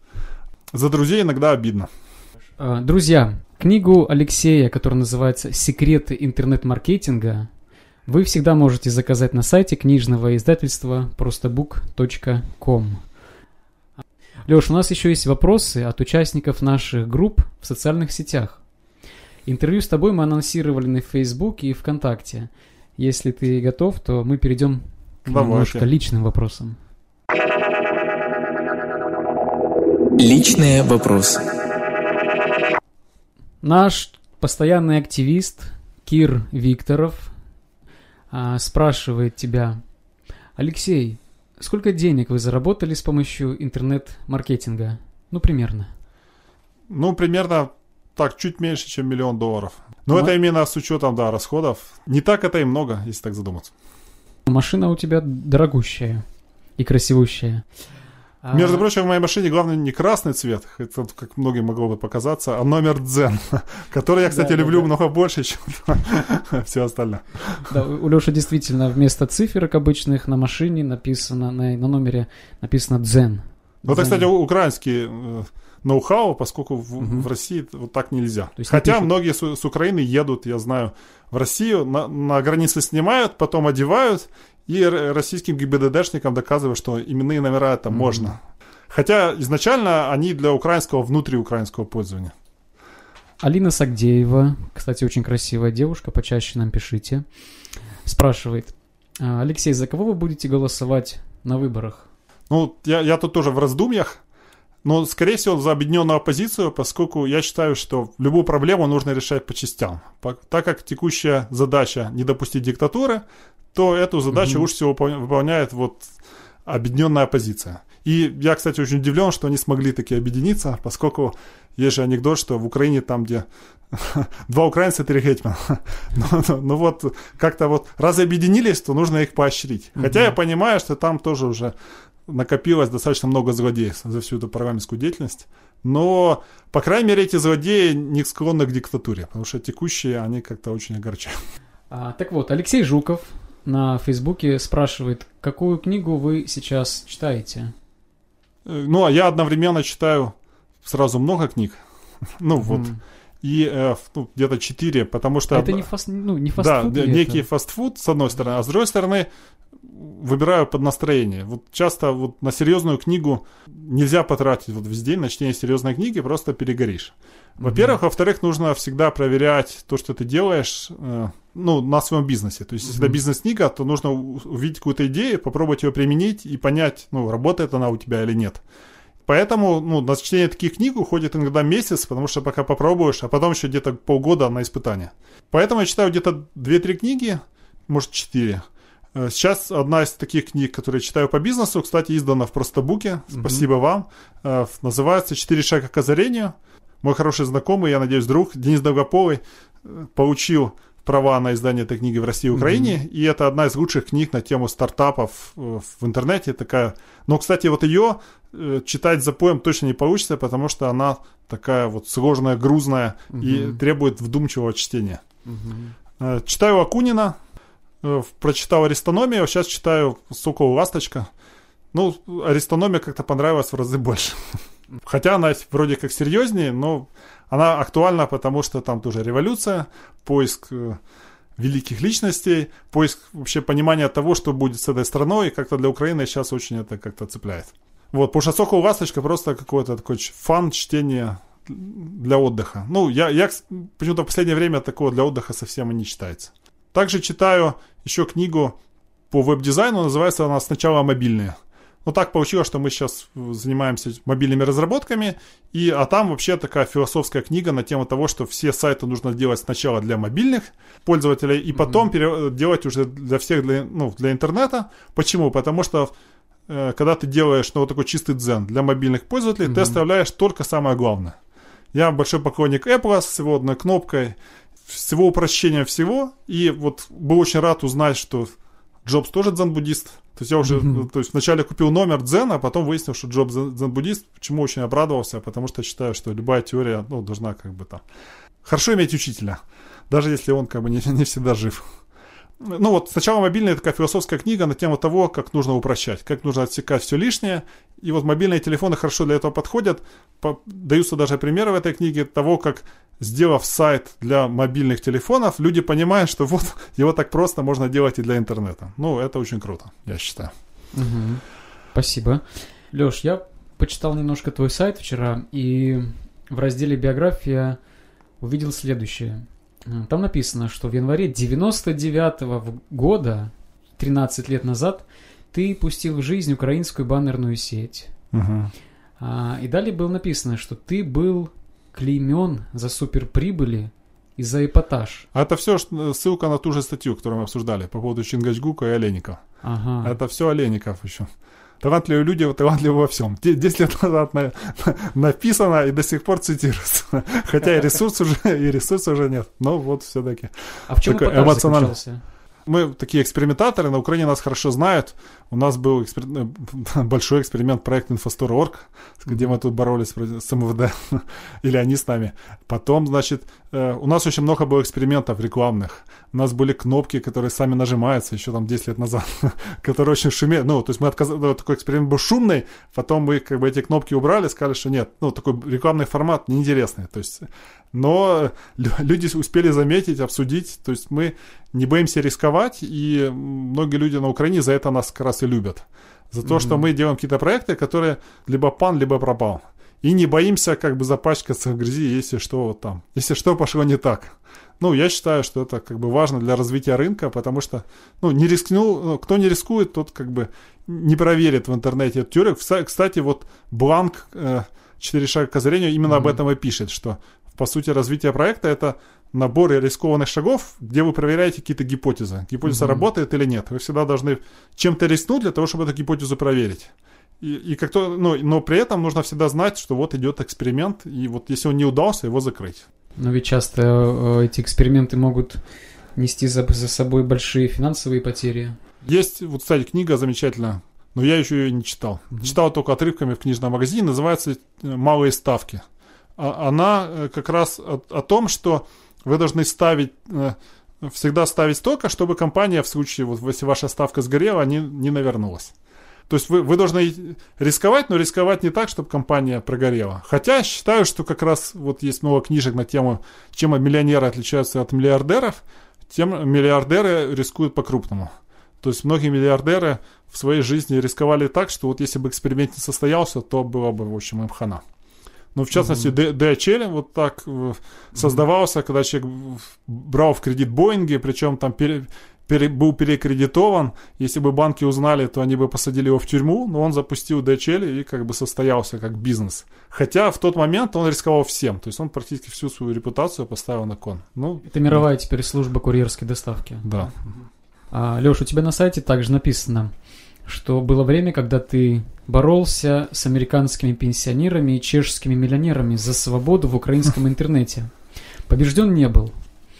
За друзей иногда обидно. Друзья, книгу Алексея, которая называется «Секреты интернет-маркетинга», вы всегда можете заказать на сайте книжного издательства просто бук точка ком. Леш, у нас еще есть вопросы от участников наших групп в социальных сетях. Интервью с тобой мы анонсировали на Фейсбуке и ВКонтакте. Если ты готов, то мы перейдем к Давайте. немножко личным вопросам. Личные вопросы. Наш постоянный активист Кир Викторов а, спрашивает тебя: Алексей, сколько денег вы заработали с помощью интернет-маркетинга? Ну, примерно. Ну, примерно так, чуть меньше, чем миллион долларов. Но ну, это именно с учетом, да, расходов. Не так это и много, если так задуматься. Машина у тебя дорогущая и красивущая. Между а... прочим, в моей машине главное не красный цвет, это, как многим могло бы показаться, а номер Дзен, который я, кстати, да, люблю да, да. много больше, чем все остальное. Да, у Леши действительно вместо циферок обычных на машине написано, на, на номере написано Дзен. Ну, это, кстати, украинский э, ноу-хау, поскольку в, угу. в России вот так нельзя. Хотя напишут... многие с, с Украины едут, я знаю, в Россию, на, на границе снимают, потом одевают, и российским ГИБДДшникам доказывают, что именные номера это mm-hmm. можно. Хотя изначально они для украинского, внутриукраинского пользования. Алина Сагдеева, кстати, очень красивая девушка, почаще нам пишите, спрашивает: Алексей, за кого вы будете голосовать на выборах? Ну, я, я тут тоже в раздумьях, но, скорее всего, за объединенную оппозицию, поскольку я считаю, что любую проблему нужно решать по частям. По, так как текущая задача не допустить диктатуры, то эту задачу mm-hmm. лучше всего выполняет вот объединенная оппозиция. И я, кстати, очень удивлен, что они смогли таки объединиться, поскольку есть же анекдот, что в Украине там, где два украинца, три гетьмана. Ну вот, как-то вот, раз объединились, то нужно их поощрить. Хотя я понимаю, что там тоже уже накопилось достаточно много злодеев за всю эту парламентскую деятельность. Но, по крайней мере, эти злодеи не склонны к диктатуре, потому что текущие, они как-то очень огорчают. А, так вот, Алексей Жуков на Фейсбуке спрашивает, какую книгу вы сейчас читаете? Ну, а я одновременно читаю сразу много книг. Ну, mm. вот. И э, ну, где-то четыре, потому что... А это не, фаст, ну, не фастфуд? Да, некий это? фастфуд, с одной стороны. А с другой стороны, выбираю под настроение. Вот часто вот на серьезную книгу нельзя потратить вот весь день на чтение серьезной книги, просто перегоришь. Во-первых, mm-hmm. во-вторых, нужно всегда проверять то, что ты делаешь, э, ну, на своем бизнесе. То есть, mm-hmm. если это бизнес-книга, то нужно увидеть какую-то идею, попробовать ее применить и понять, ну, работает она у тебя или нет. Поэтому, ну, на чтение таких книг уходит иногда месяц, потому что пока попробуешь, а потом еще где-то полгода на испытание. Поэтому я читаю где-то две-три книги, может, четыре. Сейчас одна из таких книг, которые я читаю по бизнесу, кстати, издана в Простобуке. Спасибо mm-hmm. вам. Называется «Четыре шага к озарению». Мой хороший знакомый, я надеюсь, друг Денис Долгополый получил права на издание этой книги в России и Украине. Mm-hmm. И это одна из лучших книг на тему стартапов в интернете. Такая. Но, кстати, вот ее читать запоем точно не получится, потому что она такая вот сложная, грузная mm-hmm. и требует вдумчивого чтения. Mm-hmm. Читаю Акунина. Прочитал «Аристономию», сейчас читаю «Сокол и ласточка». Ну, «Аристономия» как-то понравилась в разы больше. Хотя она вроде как серьезнее, но она актуальна, потому что там тоже революция, поиск великих личностей, поиск вообще понимания того, что будет с этой страной, и как-то для Украины сейчас очень это как-то цепляет. Вот, потому что «Сокол и ласточка» просто какой-то такой фан, чтение для отдыха. Ну, я, я почему-то в последнее время такого для отдыха совсем и не читается. Также читаю еще книгу по веб-дизайну, называется она «Сначала мобильные». Ну, так получилось, что мы сейчас занимаемся мобильными разработками, и, а там вообще такая философская книга на тему того, что все сайты нужно делать сначала для мобильных пользователей, и потом mm-hmm. делать уже для всех, для, ну, для интернета. Почему? Потому что, э, когда ты делаешь, ну, вот такой чистый дзен для мобильных пользователей, mm-hmm. ты оставляешь только самое главное. Я большой поклонник Apple с всего одной кнопкой, всего упрощения всего, и вот был очень рад узнать, что Джобс тоже дзен-буддист. То есть я уже, mm-hmm. то есть вначале купил номер дзена, а потом выяснил, что Джобс дзен-буддист. Почему очень обрадовался? Потому что считаю, что любая теория, ну, должна как бы там... Хорошо иметь учителя, даже если он как бы не, не всегда жив. Ну вот, сначала мобильная такая философская книга на тему того, как нужно упрощать, как нужно отсекать все лишнее. И вот мобильные телефоны хорошо для этого подходят. По, даются даже примеры в этой книге того, как, сделав сайт для мобильных телефонов, люди понимают, что вот его так просто можно делать и для интернета. Ну, это очень круто, я считаю. Угу. Спасибо. Лёш, я почитал немножко твой сайт вчера, и в разделе «Биография» увидел следующее. Там написано, что в январе девяносто девятого года, тринадцать лет назад, ты пустил в жизнь украинскую баннерную сеть. Угу. А, и далее было написано, что ты был клеймен за суперприбыли и за эпатаж. А это все ссылка на ту же статью, которую мы обсуждали по поводу Чингачгука и Олейникова. Ага. Это все Олейников еще. Талантливые люди, талантливы во всем. десять лет назад на, на, написано и до сих пор цитируется. Хотя и ресурс уже, и ресурса уже нет. Но вот все-таки. А в чем эпатаж эмоционально заключался? Мы такие экспериментаторы, на Украине нас хорошо знают. У нас был экспер... большой эксперимент, проект Infostor точка орг, где мы тут боролись с эм вэ дэ, или они с нами. Потом, значит, у нас очень много было экспериментов рекламных. У нас были кнопки, которые сами нажимаются еще там десять лет назад, которые очень шумели. Ну, то есть мы отказались, такой эксперимент был шумный, потом мы как бы эти кнопки убрали, сказали, что нет, ну, такой рекламный формат неинтересный. То есть, но люди успели заметить, обсудить, то есть мы не боимся рисковать, и многие люди на Украине за это нас как раз и любят. За то, mm-hmm. что мы делаем какие-то проекты, которые либо пан, либо пропал. И не боимся как бы запачкаться в грязи, если что вот там, если что пошло не так. Ну, я считаю, что это как бы важно для развития рынка, потому что, ну, не рискнул, кто не рискует, тот как бы не проверит в интернете эту теорию. Кстати, вот Бланк «Четыре шага к озарению» именно mm-hmm. об этом и пишет, что по сути развитие проекта — это набор рискованных шагов, где вы проверяете какие-то гипотезы. Гипотеза mm-hmm. работает или нет. Вы всегда должны чем-то рискнуть для того, чтобы эту гипотезу проверить. И, и как-то, ну, но при этом нужно всегда знать, что вот идет эксперимент, и вот если он не удался, его закрыть. Но ведь часто э, эти эксперименты могут нести за, за собой большие финансовые потери. Есть, вот, кстати, книга замечательная, но я еще ее не читал. Mm-hmm. Читал только отрывками в книжном магазине, называется «Малые ставки». Она как раз о, о том, что вы должны ставить, всегда ставить столько, чтобы компания в случае, вот если ваша ставка сгорела, не, не навернулась. То есть вы, вы должны рисковать, но рисковать не так, чтобы компания прогорела. Хотя считаю, что как раз вот есть много книжек на тему, чем миллионеры отличаются от миллиардеров, тем миллиардеры рискуют по-крупному. То есть многие миллиардеры в своей жизни рисковали так, что вот если бы эксперимент не состоялся, то было бы, в общем, им хана. Ну, в частности, mm-hmm. ди эйч эл вот так mm-hmm. создавался, когда человек брал в кредит Боинги, причем там пере, пере, был перекредитован. Если бы банки узнали, то они бы посадили его в тюрьму, но он запустил ди эйч эл и как бы состоялся как бизнес. Хотя в тот момент он рисковал всем, то есть он практически всю свою репутацию поставил на кон. Ну, это мировая да. теперь служба курьерской доставки. Да. А, Лёш, у тебя на сайте также написано, что было время, когда ты боролся с американскими пенсионерами и чешскими миллионерами за свободу в украинском интернете. Побежден не был.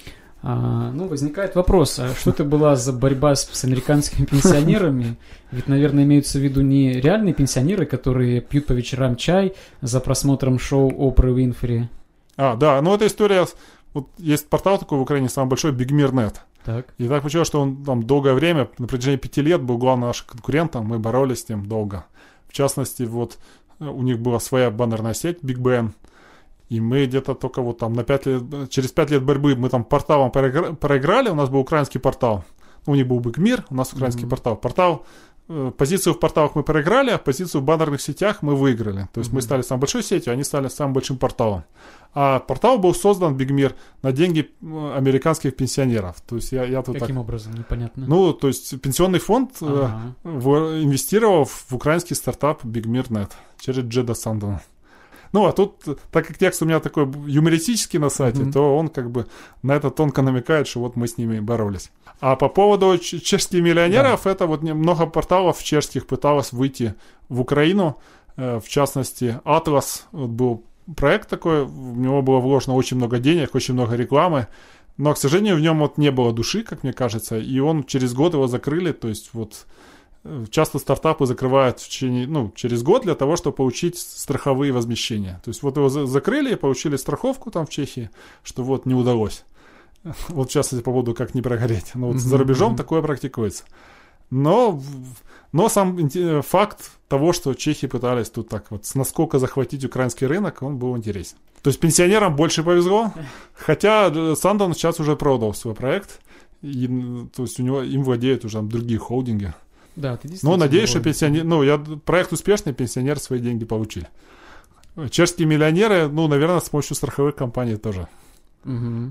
А, ну, возникает вопрос, а что это была за борьба с, с американскими пенсионерами? Ведь, наверное, имеются в виду не реальные пенсионеры, которые пьют по вечерам чай за просмотром шоу Опры Уинфри. А, да, ну эта история, вот есть портал такой в Украине, самый большой, Бигмир точка нет. Так. И так получилось, что он там долгое время, на протяжении пяти лет был главным нашим конкурентом, мы боролись с ним долго. В частности, вот у них была своя баннерная сеть Big Ben, и мы где-то только вот там на пять лет, через пять лет борьбы мы там порталом проигра- проиграли, у нас был украинский портал, у них был Бигмир, у нас украинский mm-hmm. портал. Портал, э, позицию в порталах мы проиграли, а позицию в баннерных сетях мы выиграли. То есть mm-hmm. мы стали самой большой сетью, они стали самым большим порталом. А портал был создан, Бигмир, на деньги американских пенсионеров. То есть я, я тут Каким так... образом? Непонятно. Ну, то есть пенсионный фонд ага. э, в, инвестировал в украинский стартап Бигмир точка нет через Джеда Сандона. Ну, а тут, так как текст у меня такой юмористический на сайте, mm-hmm. то он как бы на это тонко намекает, что вот мы с ними боролись. А по поводу ч- чешских миллионеров, да. это вот много порталов чешских пыталось выйти в Украину. Э, в частности, Atlas вот был проект такой, в него было вложено очень много денег, очень много рекламы, но, к сожалению, в нем вот не было души, как мне кажется, и он через год его закрыли, то есть вот часто стартапы закрывают в течение, ну, через год для того, чтобы получить страховые возмещения. То есть вот его за- закрыли и получили страховку там в Чехии, что вот не удалось. Вот в частности по поводу как не прогореть. Но вот mm-hmm. за рубежом mm-hmm. такое практикуется. Но, но сам факт того, что чехи пытались тут так вот насколько захватить украинский рынок, он был интересен. То есть пенсионерам больше повезло, хотя Сандон сейчас уже продал свой проект, и, то есть у него им владеют уже там другие холдинги. Да, ты действительно. Но надеюсь, что пенсионер, ну, я проект успешный, пенсионеры свои деньги получили. Чешские миллионеры, ну, наверное, с помощью страховых компаний тоже. Угу.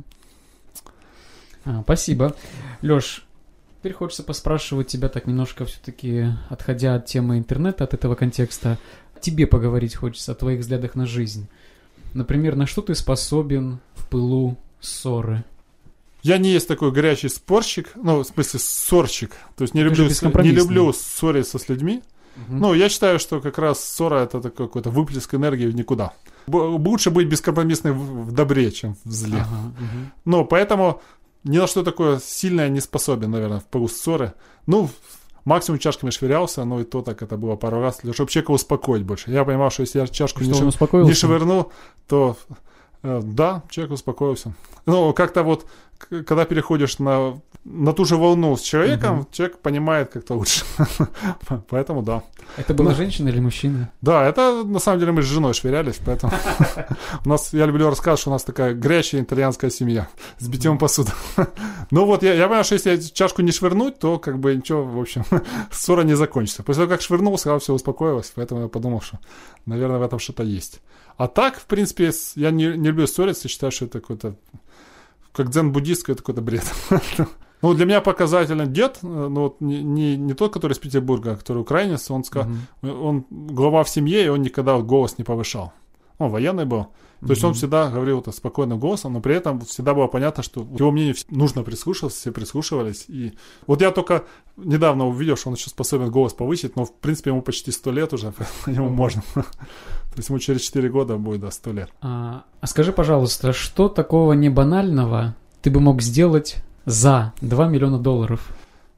А, спасибо. Лёш, теперь хочется поспрашивать тебя так немножко все-таки, отходя от темы интернета, от этого контекста, тебе поговорить хочется о твоих взглядах на жизнь. Например, на что ты способен в пылу ссоры? Я не есть такой горячий спорщик, ну, в смысле, ссорщик. То есть не люблю, не люблю ссориться с людьми. Угу. Ну, я считаю, что как раз ссора — это такой какой-то выплеск энергии в никуда. Лучше быть бескомпромиссным в добре, чем в зле. Ага, угу. Ну, поэтому ни на что такое сильное не способен, наверное, в пылу ссоры. Ну, максимум чашками швырялся, но и то так это было пару раз, чтобы человека успокоить больше. Я понимал, что если я чашку не, шв... не швырну, то э, да, человек успокоился. Ну, как-то вот, когда переходишь на, на ту же волну с человеком, угу. человек понимает как-то лучше. Поэтому да. Это была женщина или мужчина? Да, это на самом деле мы с женой швырялись, поэтому у нас, я люблю рассказывать, что у нас такая горячая итальянская семья с битьем посуды. Ну вот, я, я понял, что если чашку не швырнуть, то как бы ничего, в общем, ссора не закончится. После того, как швырнул, сразу все успокоилось, поэтому я подумал, что, наверное, в этом что-то есть. А так, в принципе, я не, не люблю ссориться, считаю, что это какой-то, как дзен-буддистское, это какой-то бред. Ну, для меня показательный дед, ну, вот не, не, не тот, который из Петербурга, а который украинец, он, сказал, uh-huh. он глава в семье, и он никогда вот голос не повышал. Он военный был. То uh-huh. есть он всегда говорил вот спокойным голосом, но при этом всегда было понятно, что к его мнению нужно прислушиваться, все прислушивались. И вот я только недавно увидел, что он еще способен голос повысить, но в принципе ему почти сто лет уже, ему можно. То есть ему через четыре года будет, да, сто лет. А, а скажи, пожалуйста, что такого не банального ты бы мог сделать за два миллиона долларов?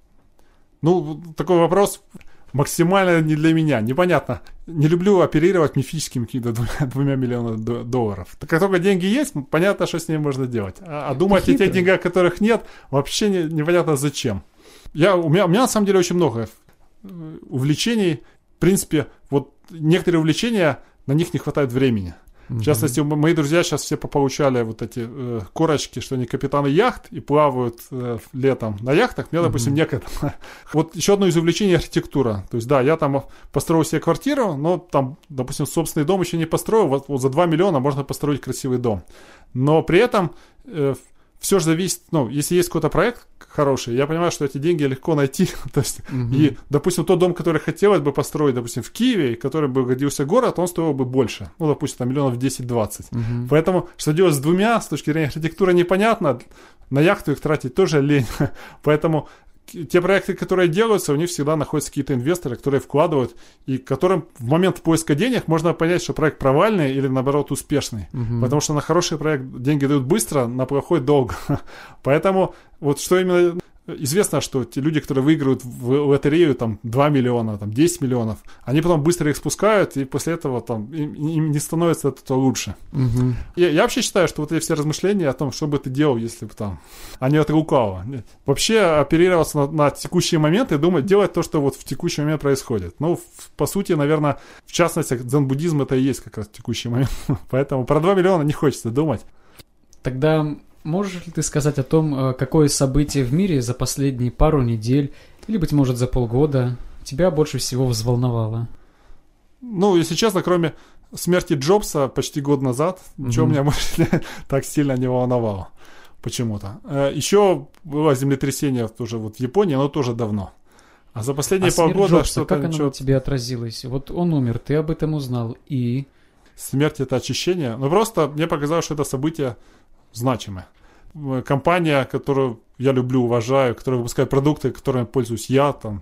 Ну, такой вопрос максимально не для меня. Непонятно. Не люблю оперировать мифическими какими-то двумя, двумя миллионами до- долларов. Так как только деньги есть, понятно, что с ними можно делать. А, а думать о тех деньгах, которых нет, вообще не, непонятно зачем. Я, у, меня, у меня на самом деле очень много увлечений. В принципе, вот некоторые увлечения, на них не хватает времени. В частности, мои друзья сейчас все получали вот эти э, корочки, что они капитаны яхт и плавают э, летом на яхтах. Мне, допустим, mm-hmm. некогда. Вот еще одно из увлечений — архитектура. То есть, да, я там построил себе квартиру, но там, допустим, собственный дом еще не построил. Вот, вот за два миллиона можно построить красивый дом. Но при этом э, все же зависит, ну, если есть какой-то проект хороший, я понимаю, что эти деньги легко найти. То есть, угу. И, допустим, тот дом, который хотелось бы построить, допустим, в Киеве, который бы годился город, он стоил бы больше. Ну, допустим, там миллионов десять-двадцать. Угу. Поэтому, что делать с двумя, с точки зрения архитектуры, непонятно. На яхту их тратить тоже лень. Поэтому те проекты, которые делаются, у них всегда находятся какие-то инвесторы, которые вкладывают, и которым в момент поиска денег можно понять, что проект провальный или, наоборот, успешный. Угу. Потому что на хороший проект деньги дают быстро, на плохой долго. Поэтому вот что именно... Известно, что те люди, которые выигрывают в лотерею там два миллиона, там десять миллионов, они потом быстро их спускают, и после этого там им, им не становится от этого лучше. Угу. Я, я вообще считаю, что вот эти все размышления о том, что бы ты делал, если бы там, а не от лукавого. Вообще оперироваться на, на текущий момент и думать, делать то, что вот в текущий момент происходит. Ну, в, по сути, наверное, в частности, дзен-буддизм — это и есть как раз текущий момент. Поэтому про два миллиона не хочется думать. Тогда... Можешь ли ты сказать о том, какое событие в мире за последние пару недель, или, быть может, за полгода, тебя больше всего взволновало? Ну, если честно, кроме смерти Джобса почти год назад, mm-hmm. ничего меня больше так сильно не волновало почему-то. Еще было землетрясение тоже вот в Японии, но тоже давно. А за последние а полгода Джобса, что-то... как оно на тебе отразилось? Вот он умер, ты об этом узнал, и... Смерть — это очищение. Но просто мне показалось, что это событие значимое. Компания, которую я люблю, уважаю, которая выпускает продукты, которыми пользуюсь я, там,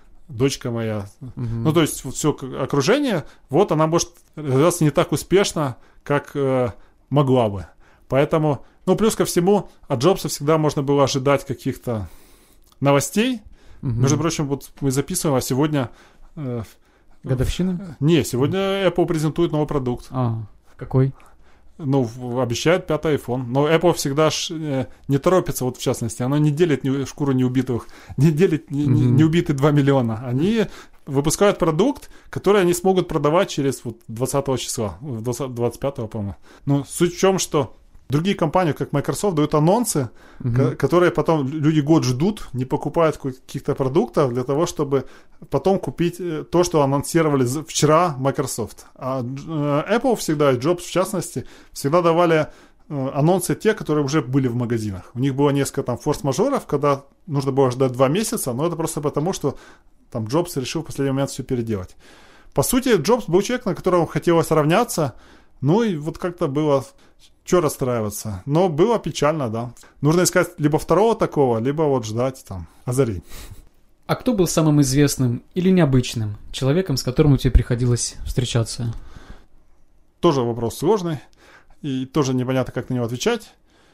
дочка моя. Угу. Ну, то есть, вот все окружение, вот она может развиваться не так успешно, как э, могла бы. Поэтому, ну, плюс ко всему, от Джобса всегда можно было ожидать каких-то новостей. Угу. Между прочим, вот мы записываем, а сегодня... Э, Годовщина? Не, сегодня Apple презентует новый продукт. А, какой? Ну, обещают пятый iPhone. Но Apple всегда ж, э, не торопится, вот в частности. Она не делит не, шкуру неубитых, не делит не, mm-hmm. не, неубитые два миллиона. Они выпускают продукт, который они смогут продавать через вот, двадцатого числа, двадцать пятого, по-моему. Но суть в чем, что другие компании, как Microsoft, дают анонсы, mm-hmm. ко- которые потом люди год ждут, не покупают каких-то продуктов для того, чтобы потом купить то, что анонсировали вчера Microsoft. А э, Apple всегда, и Джобс в частности, всегда давали э, анонсы те, которые уже были в магазинах. У них было несколько там форс-мажоров, когда нужно было ждать два месяца, но это просто потому, что там Джобс решил в последний момент все переделать. По сути, Джобс был человек, на которого хотелось равняться, ну и вот как-то было... Чего расстраиваться? Но было печально, да. Нужно искать либо второго такого, либо вот ждать там озарений. А кто был самым известным или необычным человеком, с которым тебе приходилось встречаться? Тоже вопрос сложный. И тоже непонятно, как на него отвечать.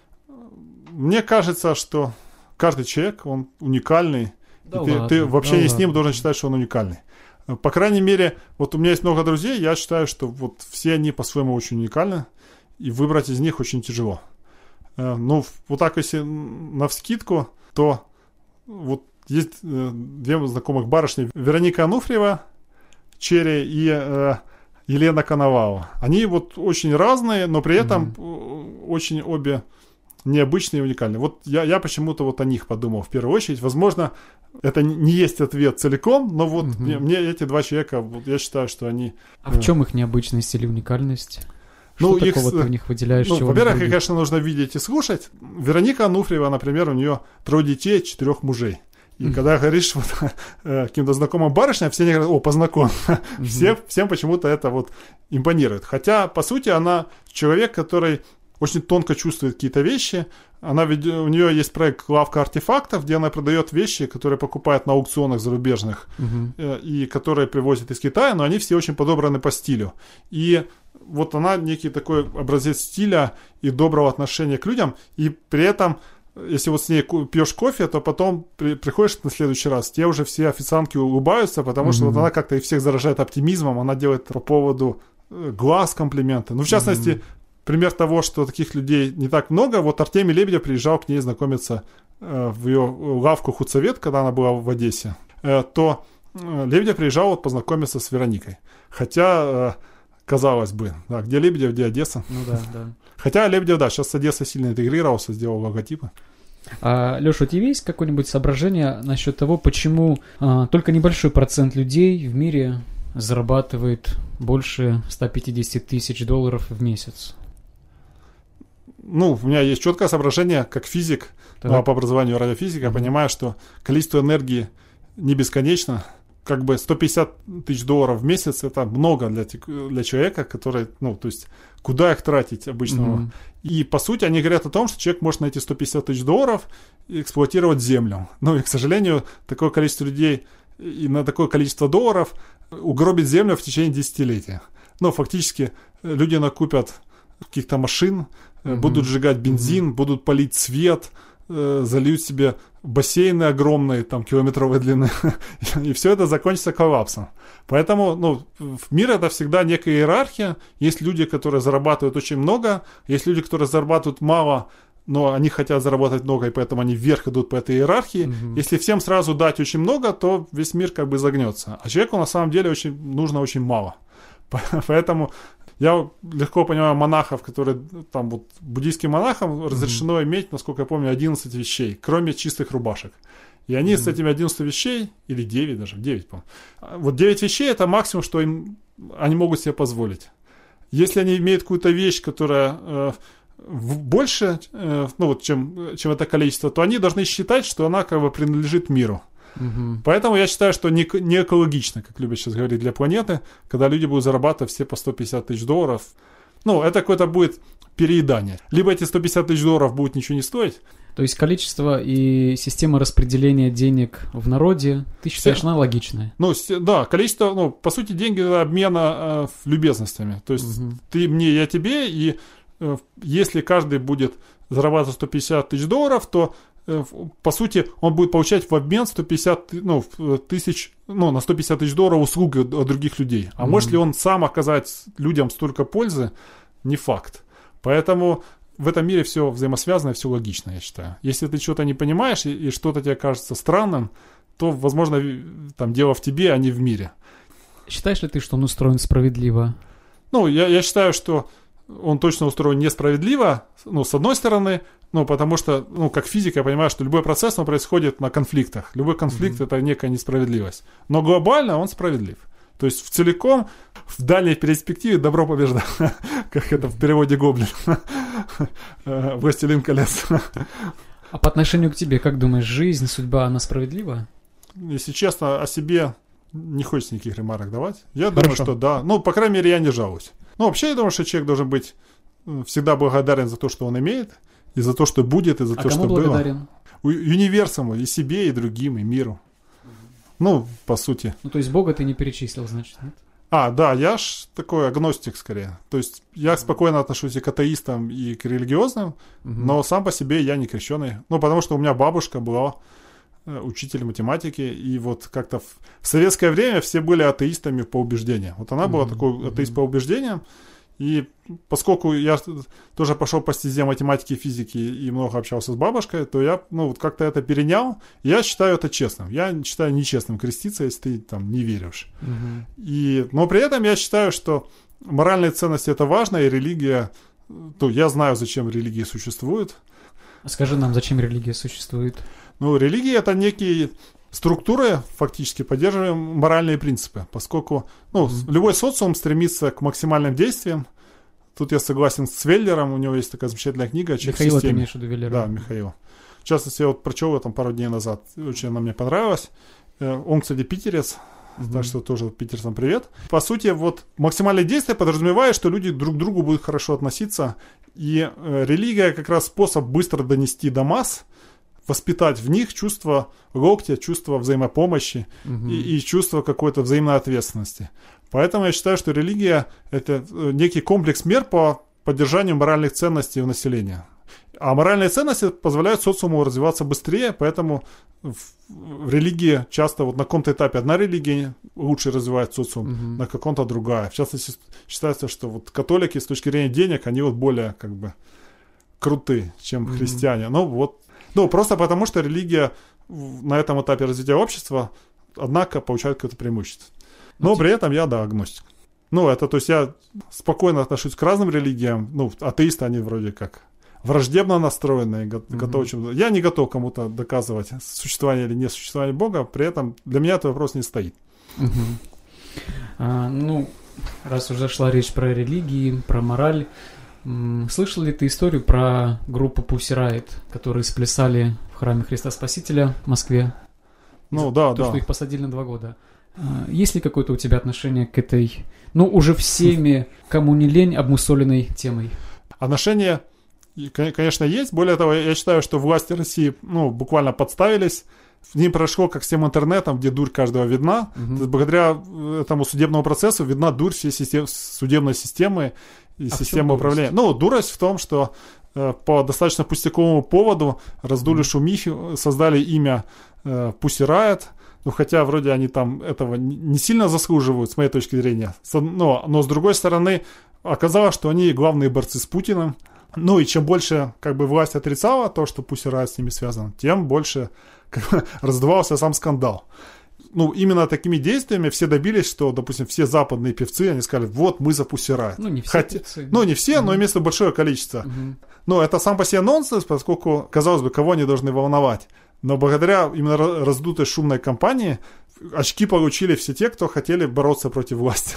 Мне кажется, что каждый человек, он уникальный. Да и ладно, ты, ты в общении да с ним ладно. должен считать, что он уникальный. По крайней мере, вот у меня есть много друзей, я считаю, что вот все они по-своему очень уникальны. И выбрать из них очень тяжело. Ну, вот так, если навскидку, то вот есть две знакомых барышни. Вероника Ануфриева, Черри, и э, Елена Коновалова. Они вот очень разные, но при этом mm-hmm. очень обе необычные и уникальные. Вот я, я почему-то вот о них подумал в первую очередь. Возможно, это не есть ответ целиком, но вот mm-hmm. мне, мне эти два человека, вот я считаю, что они... А в чем их необычность или уникальность? Что ну, такого их, ты в них выделяешь? Ну, во-первых, их, конечно, нужно видеть и слушать. Вероника Ануфриева, например, у нее трое детей, четырех мужей. И mm-hmm. когда говоришь вот, э, каким-то знакомым барышням, все они говорят, о, познакомь. Mm-hmm. все, всем почему-то это вот импонирует. Хотя, по сути, она человек, который очень тонко чувствует какие-то вещи. Она, у нее есть проект «Лавка артефактов», где она продает вещи, которые покупают на аукционах зарубежных, mm-hmm. э, и которые привозят из Китая, но они все очень подобраны по стилю. И вот она некий такой образец стиля и доброго отношения к людям, и при этом, если вот с ней пьешь кофе, то потом при, приходишь на следующий раз, те уже все официантки улыбаются, потому mm-hmm. что вот она как-то их всех заражает оптимизмом, она делает по поводу глаз комплименты. Ну, в частности, mm-hmm. пример того, что таких людей не так много, вот Артемий Лебедев приезжал к ней знакомиться э, в ее лавку «Худсовет», когда она была в Одессе, э, то э, Лебедев приезжал вот, познакомиться с Вероникой. Хотя... Э, казалось бы. Да, где Лебедев, где Одесса. Ну да, да. Хотя Лебедев, да, сейчас с Одессой сильно интегрировался, сделал логотипы. А, Леша, у тебя есть какое-нибудь соображение насчет того, почему а, только небольшой процент людей в мире зарабатывает больше ста пятидесяти тысяч долларов в месяц? Ну, у меня есть четкое соображение, как физик, ну, по образованию радиофизика, я понимаю, что количество энергии не бесконечно. Как бы сто пятьдесят тысяч долларов в месяц — это много для, для человека, который, ну, то есть, куда их тратить обычного. Mm-hmm. И, по сути, они говорят о том, что человек может на эти сто пятьдесят тысяч долларов эксплуатировать землю. Ну, и, к сожалению, такое количество людей и на такое количество долларов угробит землю в течение десятилетия. Ну, фактически, люди накупят каких-то машин, mm-hmm. будут сжигать бензин, mm-hmm. будут палить свет, э, зальют себе бассейны огромные, там, километровой длины, и все это закончится коллапсом. Поэтому, ну, в мире это всегда некая иерархия. Есть люди, которые зарабатывают очень много, есть люди, которые зарабатывают мало, но они хотят заработать много, и поэтому они вверх идут по этой иерархии. Mm-hmm. Если всем сразу дать очень много, то весь мир как бы загнется. А человеку на самом деле очень, нужно очень мало. Поэтому я легко понимаю монахов, которые, там вот, буддийским монахам mm-hmm. разрешено иметь, насколько я помню, одиннадцать вещей, кроме чистых рубашек. И они mm-hmm. с этими одиннадцатью вещей, или девять даже, девять, по-моему. Вот девять вещей — это максимум, что им, они могут себе позволить. Если они имеют какую-то вещь, которая э, больше, э, ну, вот, чем, чем это количество, то они должны считать, что она как бы принадлежит миру. Угу. Поэтому я считаю, что не, не экологично, как любят сейчас говорить, для планеты, когда люди будут зарабатывать все по сто пятьдесят тысяч долларов. Ну, это какое-то будет переедание. Либо эти сто пятьдесят тысяч долларов будут ничего не стоить. То есть количество и система распределения денег в народе, ты считаешь, она логичная? Ну, да, количество, ну, по сути, деньги — это обмена э, любезностями. То есть угу. ты мне, я тебе, и э, если каждый будет зарабатывать сто пятьдесят тысяч долларов, то по сути, он будет получать в обмен сто пятьдесят ну, тысяч, ну, на сто пятьдесят тысяч долларов услуги от других людей. А mm-hmm. может ли он сам оказать людям столько пользы? Не факт. Поэтому в этом мире все взаимосвязано и все логично, я считаю. Если ты что-то не понимаешь и, и что-то тебе кажется странным, то, возможно, там дело в тебе, а не в мире. Считаешь ли ты, что он устроен справедливо? Ну, я, я считаю, что он точно устроен несправедливо, ну, с одной стороны, ну, потому что, ну, как физик, я понимаю, что любой процесс, он происходит на конфликтах. Любой конфликт mm-hmm. — это некая несправедливость. Но глобально он справедлив. То есть в целиком, в дальней перспективе добро побеждает, как это в переводе Гоблин. «Властелин колец». А по отношению к тебе, как думаешь, жизнь, судьба, она справедлива? Если честно, о себе не хочется никаких ремарок давать. Я Хорошо. думаю, что да. Ну, по крайней мере, я не жалуюсь. Ну, вообще, я думаю, что человек должен быть всегда благодарен за то, что он имеет, и за то, что будет, и за а то, кому что благодарен? было. Универсуму, и себе, и другим, и миру. Ну, по сути. Ну, то есть Бога ты не перечислил, значит, нет? А, да, я ж такой агностик скорее. То есть я mm-hmm. спокойно отношусь и к атеистам, и к религиозным, mm-hmm. но сам по себе я не крещеный. Ну, потому что у меня бабушка была учитель математики, и вот как-то в, в советское время все были атеистами по убеждениям. Вот она mm-hmm. была такой атеист mm-hmm. по убеждениям, и поскольку я тоже пошел по стезе математики и физики и много общался с бабушкой, то я, ну, вот как-то это перенял. Я считаю это честным. Я считаю нечестным креститься, если ты там не веришь. Mm-hmm. И, но при этом я считаю, что моральные ценности — это важно, и религия, то я знаю, зачем религии существуют. Скажи нам, зачем религия существует? Ну, религия — это некие структуры, фактически поддерживаем моральные принципы, поскольку, ну, mm-hmm. любой социум стремится к максимальным действиям. Тут я согласен с Веллером, у него есть такая замечательная книга «Человек в системе». Михаила ты имеешь в виду, Веллера? Да, Михаил. В частности, я вот прочел ее там пару дней назад, очень она мне понравилась. Он, кстати, питерец, mm-hmm. так что тоже питерцам привет. По сути, вот максимальные действия подразумевают, что люди друг к другу будут хорошо относиться, и э, религия как раз способ быстро донести до масс, воспитать в них чувство локтя, чувство взаимопомощи угу. и, и чувство какой-то взаимной ответственности. Поэтому я считаю, что религия — это некий комплекс мер по поддержанию моральных ценностей у населения. А моральные ценности позволяют социуму развиваться быстрее, поэтому в, в религии часто вот на каком-то этапе одна религия лучше развивает социум, угу. на каком-то другая. В частности, считается, что вот католики с точки зрения денег, они вот более как бы крутые, чем угу. христиане. Ну вот. Ну, просто потому, что религия на этом этапе развития общества, однако, получает какое-то преимущество. Но ну, при этом я, да, агностик. Ну, это, то есть я спокойно отношусь к разным религиям. Ну, атеисты, они вроде как враждебно настроенные, готовы mm-hmm. чему-то. Я не готов кому-то доказывать существование или несуществование Бога, при этом для меня этот вопрос не стоит. Mm-hmm. А, ну, раз уже шла речь про религии, про мораль, м- слышал ли ты историю про группу Pussy Riot, которые сплясали в храме Христа Спасителя в Москве? Ну, да, то, да. что их посадили на два года. А, есть ли какое-то у тебя отношение к этой, ну, уже всеми, кому не лень, обмусоленной темой? Отношение... И, конечно, есть. Более того, я считаю, что власти России, ну, буквально подставились. Не прошло, как с тем интернетом, где дурь каждого видна. Uh-huh. То есть, благодаря этому судебному процессу видна дурь всей систем, судебной системы и а системы управления. Ну, дурость в том, что э, по достаточно пустяковому поводу раздули uh-huh. шумихи, создали имя э, Pussy Riot. Ну, хотя вроде они там этого не сильно заслуживают, с моей точки зрения. Но, но с другой стороны, оказалось, что они главные борцы с Путиным. Ну и чем больше как бы власть отрицала то, что Pussy Riot с ними связано, тем больше как бы, раздувался сам скандал. Ну, именно такими действиями все добились, что, допустим, все западные певцы, они сказали, вот мы за Pussy Riot. Ну, не все Хотя, певцы. Ну, не все, mm-hmm. но имеется большое количество. Mm-hmm. Но это сам по себе нонсенс, поскольку, казалось бы, кого они должны волновать. Но благодаря именно раздутой шумной кампании очки получили все те, кто хотели бороться против власти.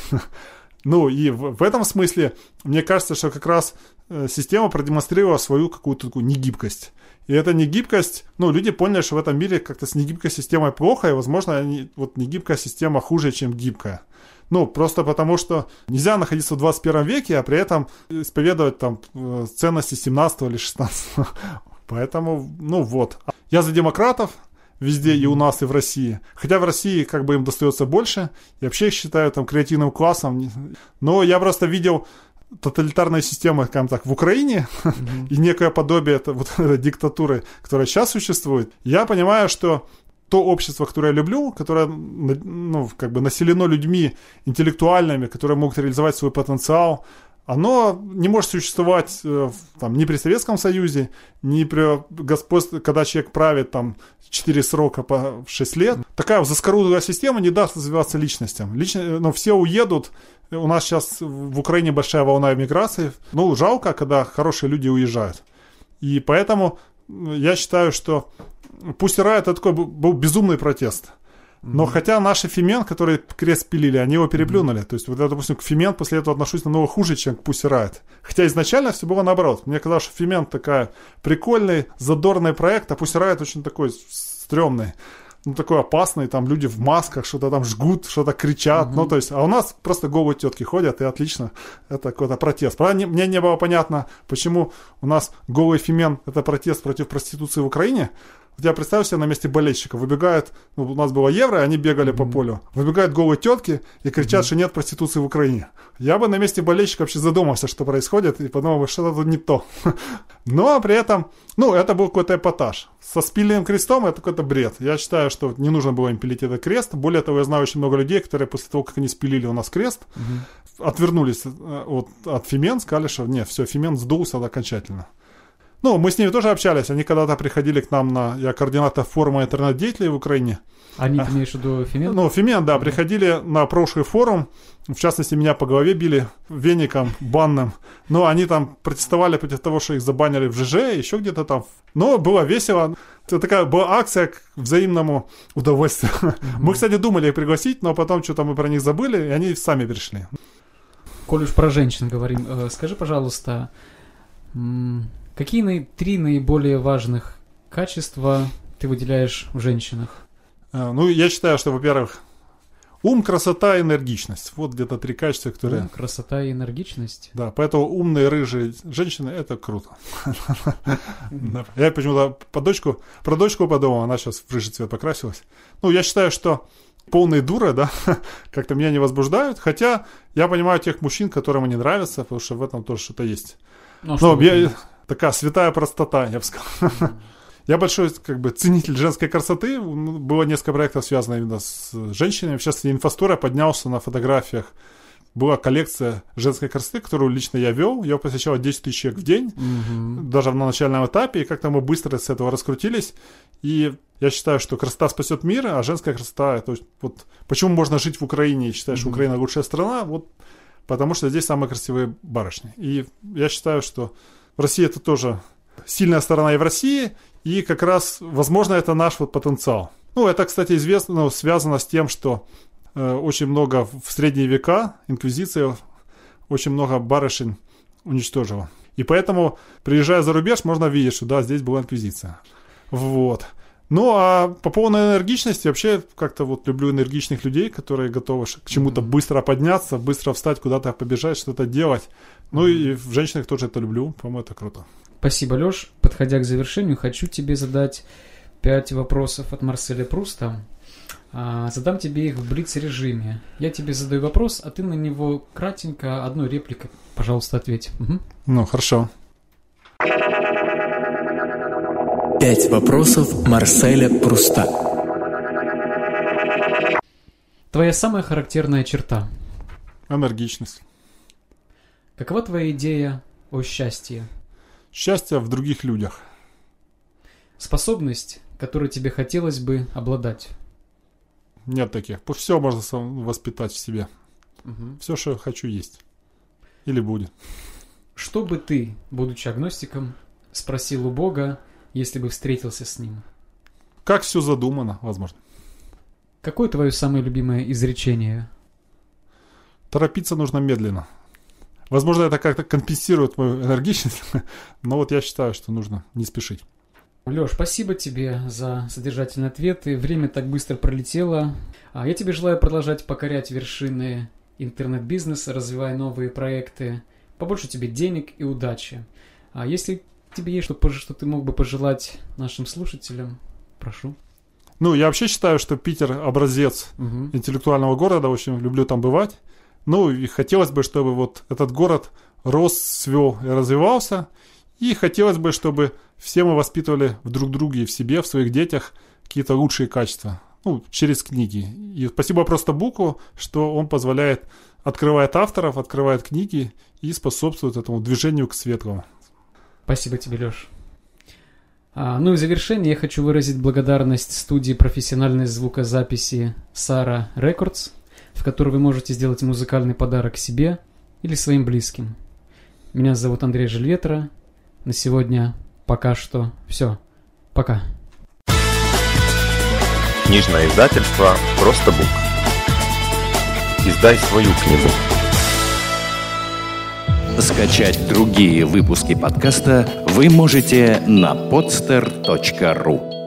Ну и в, в этом смысле, мне кажется, что как раз э, система продемонстрировала свою какую-то такую негибкость. И эта негибкость, ну, люди поняли, что в этом мире как-то с негибкой системой плохо, и, возможно, они, вот негибкая система хуже, чем гибкая. Ну, просто потому, что нельзя находиться в двадцать первом веке, а при этом исповедовать там ценности семнадцатого или шестнадцатого. Поэтому, ну вот. Я за демократов. Везде, и у нас, и в России. Хотя в России как бы им достается больше. Я вообще их считаю там креативным классом. Но я просто видел тоталитарные системы, скажем так, в Украине mm-hmm. и некое подобие это, вот, этой диктатуры, которая сейчас существует. Я понимаю, что то общество, которое я люблю, которое ну, как бы населено людьми интеллектуальными, которые могут реализовать свой потенциал, оно не может существовать там, ни при Советском Союзе, ни при господстве, когда человек правит там четыре срока по шесть лет. Такая заскорузлая система не даст развиваться личностям. Лично, ну, все уедут. У нас сейчас в Украине большая волна эмиграции. Ну, жалко, когда хорошие люди уезжают. И поэтому я считаю, что Pussy Riot это такой был безумный протест. Но mm-hmm. хотя наши Фемен, которые крест пилили, они его переплюнули. Mm-hmm. То есть, вот я, допустим, к Фемен после этого отношусь намного хуже, чем к Pussy Riot. Хотя изначально все было наоборот. Мне казалось, что Фемен такая прикольный, задорный проект, а Pussy Riot очень такой стрёмный. Ну, такой опасный, там люди в масках что-то там жгут, что-то кричат. Mm-hmm. Ну, то есть, а у нас просто голые тетки ходят, и отлично. Это какой-то протест. Правда, не, мне не было понятно, почему у нас голый Фемен — это протест против проституции в Украине. Я представляю себе на месте болельщиков. Выбегают, ну, у нас было Евро, они бегали mm-hmm. по полю. Выбегают голые тетки и кричат, mm-hmm. что нет проституции в Украине. Я бы на месте болельщиков вообще задумался, что происходит, и подумал, что-то тут не то. Но при этом, ну, это был какой-то эпатаж. Со спиленным крестом это какой-то бред. Я считаю, что не нужно было им пилить этот крест. Более того, я знаю очень много людей, которые после того, как они спилили у нас крест, mm-hmm. отвернулись от, от Фемен, сказали, что нет, все, Фемен сдулся окончательно. Ну, мы с ними тоже общались. Они когда-то приходили к нам на... Я координатор форума интернет-деятелей в Украине. Они, ты имеешь в виду Фемен? Ну, Фемен, да. Mm-hmm. Приходили на прошлый форум. В частности, меня по голове били веником банным. Но они там протестовали против того, что их забанили в ЖЖ, еще где-то там. Но было весело. Это такая была акция к взаимному удовольствию. Mm-hmm. Мы, кстати, думали их пригласить, но потом что-то мы про них забыли, и они сами пришли. Коль уж про женщин говорим, скажи, пожалуйста... Какие наи- три наиболее важных качества ты выделяешь в женщинах? Ну, я считаю, что, во-первых, ум, красота и энергичность. Вот где-то три качества, которые... Ум, красота и энергичность? Да, поэтому умные, рыжие женщины – это круто. Я почему-то по дочку, про дочку подумал, она сейчас в рыжий цвет покрасилась. Ну, я считаю, что полные дуры, да, как-то меня не возбуждают. Хотя я понимаю тех мужчин, которым они нравятся, потому что в этом тоже что-то есть. Но я... Такая святая простота, я бы сказал. Mm-hmm. Я большой как бы ценитель женской красоты. Было несколько проектов, связанных именно с женщинами. В частности, Инфостор поднялся на фотографиях. Была коллекция женской красоты, которую лично я вел. Ее посещало десять тысяч человек в день. Mm-hmm. Даже на начальном этапе. И как-то мы быстро с этого раскрутились. И я считаю, что красота спасет мир, а женская красота... То есть, вот, почему можно жить в Украине и считать, mm-hmm. что Украина лучшая страна? Вот потому что здесь самые красивые барышни. И я считаю, что в России это тоже сильная сторона и в России, и как раз, возможно, это наш вот потенциал. Ну, это, кстати, известно, ну, связано с тем, что э, очень много в средние века инквизиция очень много барышень уничтожила. И поэтому, приезжая за рубеж, можно видеть, что да, здесь была инквизиция. Вот. Ну, а по поводу энергичности, вообще как-то вот люблю энергичных людей, которые готовы к чему-то быстро подняться, быстро встать, куда-то побежать, что-то делать. Ну, и в женщинах тоже это люблю. По-моему, это круто. Спасибо, Лёш. Подходя к завершению, хочу тебе задать пять вопросов от Марселя Пруста. А, задам тебе их в блиц-режиме. Я тебе задаю вопрос, а ты на него кратенько, одной репликой, пожалуйста, ответь. Угу. Ну, хорошо. Пять вопросов Марселя Пруста. Твоя самая характерная черта? Энергичность. Какова твоя идея о счастье? Счастье в других людях. Способность, которой тебе хотелось бы обладать? Нет таких. Все можно воспитать в себе. Угу. Все, что хочу, есть. Или будет. Что бы ты, будучи агностиком, спросил у Бога, если бы встретился с ним? Как все задумано, возможно. Какое твое самое любимое изречение? Торопиться нужно медленно. Возможно, это как-то компенсирует мою энергичность, но вот я считаю, что нужно не спешить. Лёш, спасибо тебе за содержательные ответы. Время так быстро пролетело. Я тебе желаю продолжать покорять вершины интернет-бизнеса, развивая новые проекты. Побольше тебе денег и удачи. А если тебе есть что, что ты мог бы пожелать нашим слушателям, прошу. Ну, я вообще считаю, что Питер образец угу. интеллектуального города. Очень люблю там бывать. Ну, и хотелось бы, чтобы вот этот город рос, свел и развивался. И хотелось бы, чтобы все мы воспитывали в друг друге и в себе, в своих детях какие-то лучшие качества. Ну, через книги. И спасибо просто Буку, что он позволяет, открывает авторов, открывает книги и способствует этому движению к светлому. Спасибо тебе, Лёш. А, ну и в завершение я хочу выразить благодарность студии профессиональной звукозаписи Sara Records, в которой вы можете сделать музыкальный подарок себе или своим близким. Меня зовут Андрей Жильветра. На сегодня пока что все. Пока. Книжное издательство «Просто Бук». Издай свою книгу. Скачать другие выпуски подкаста вы можете на podster точка ру.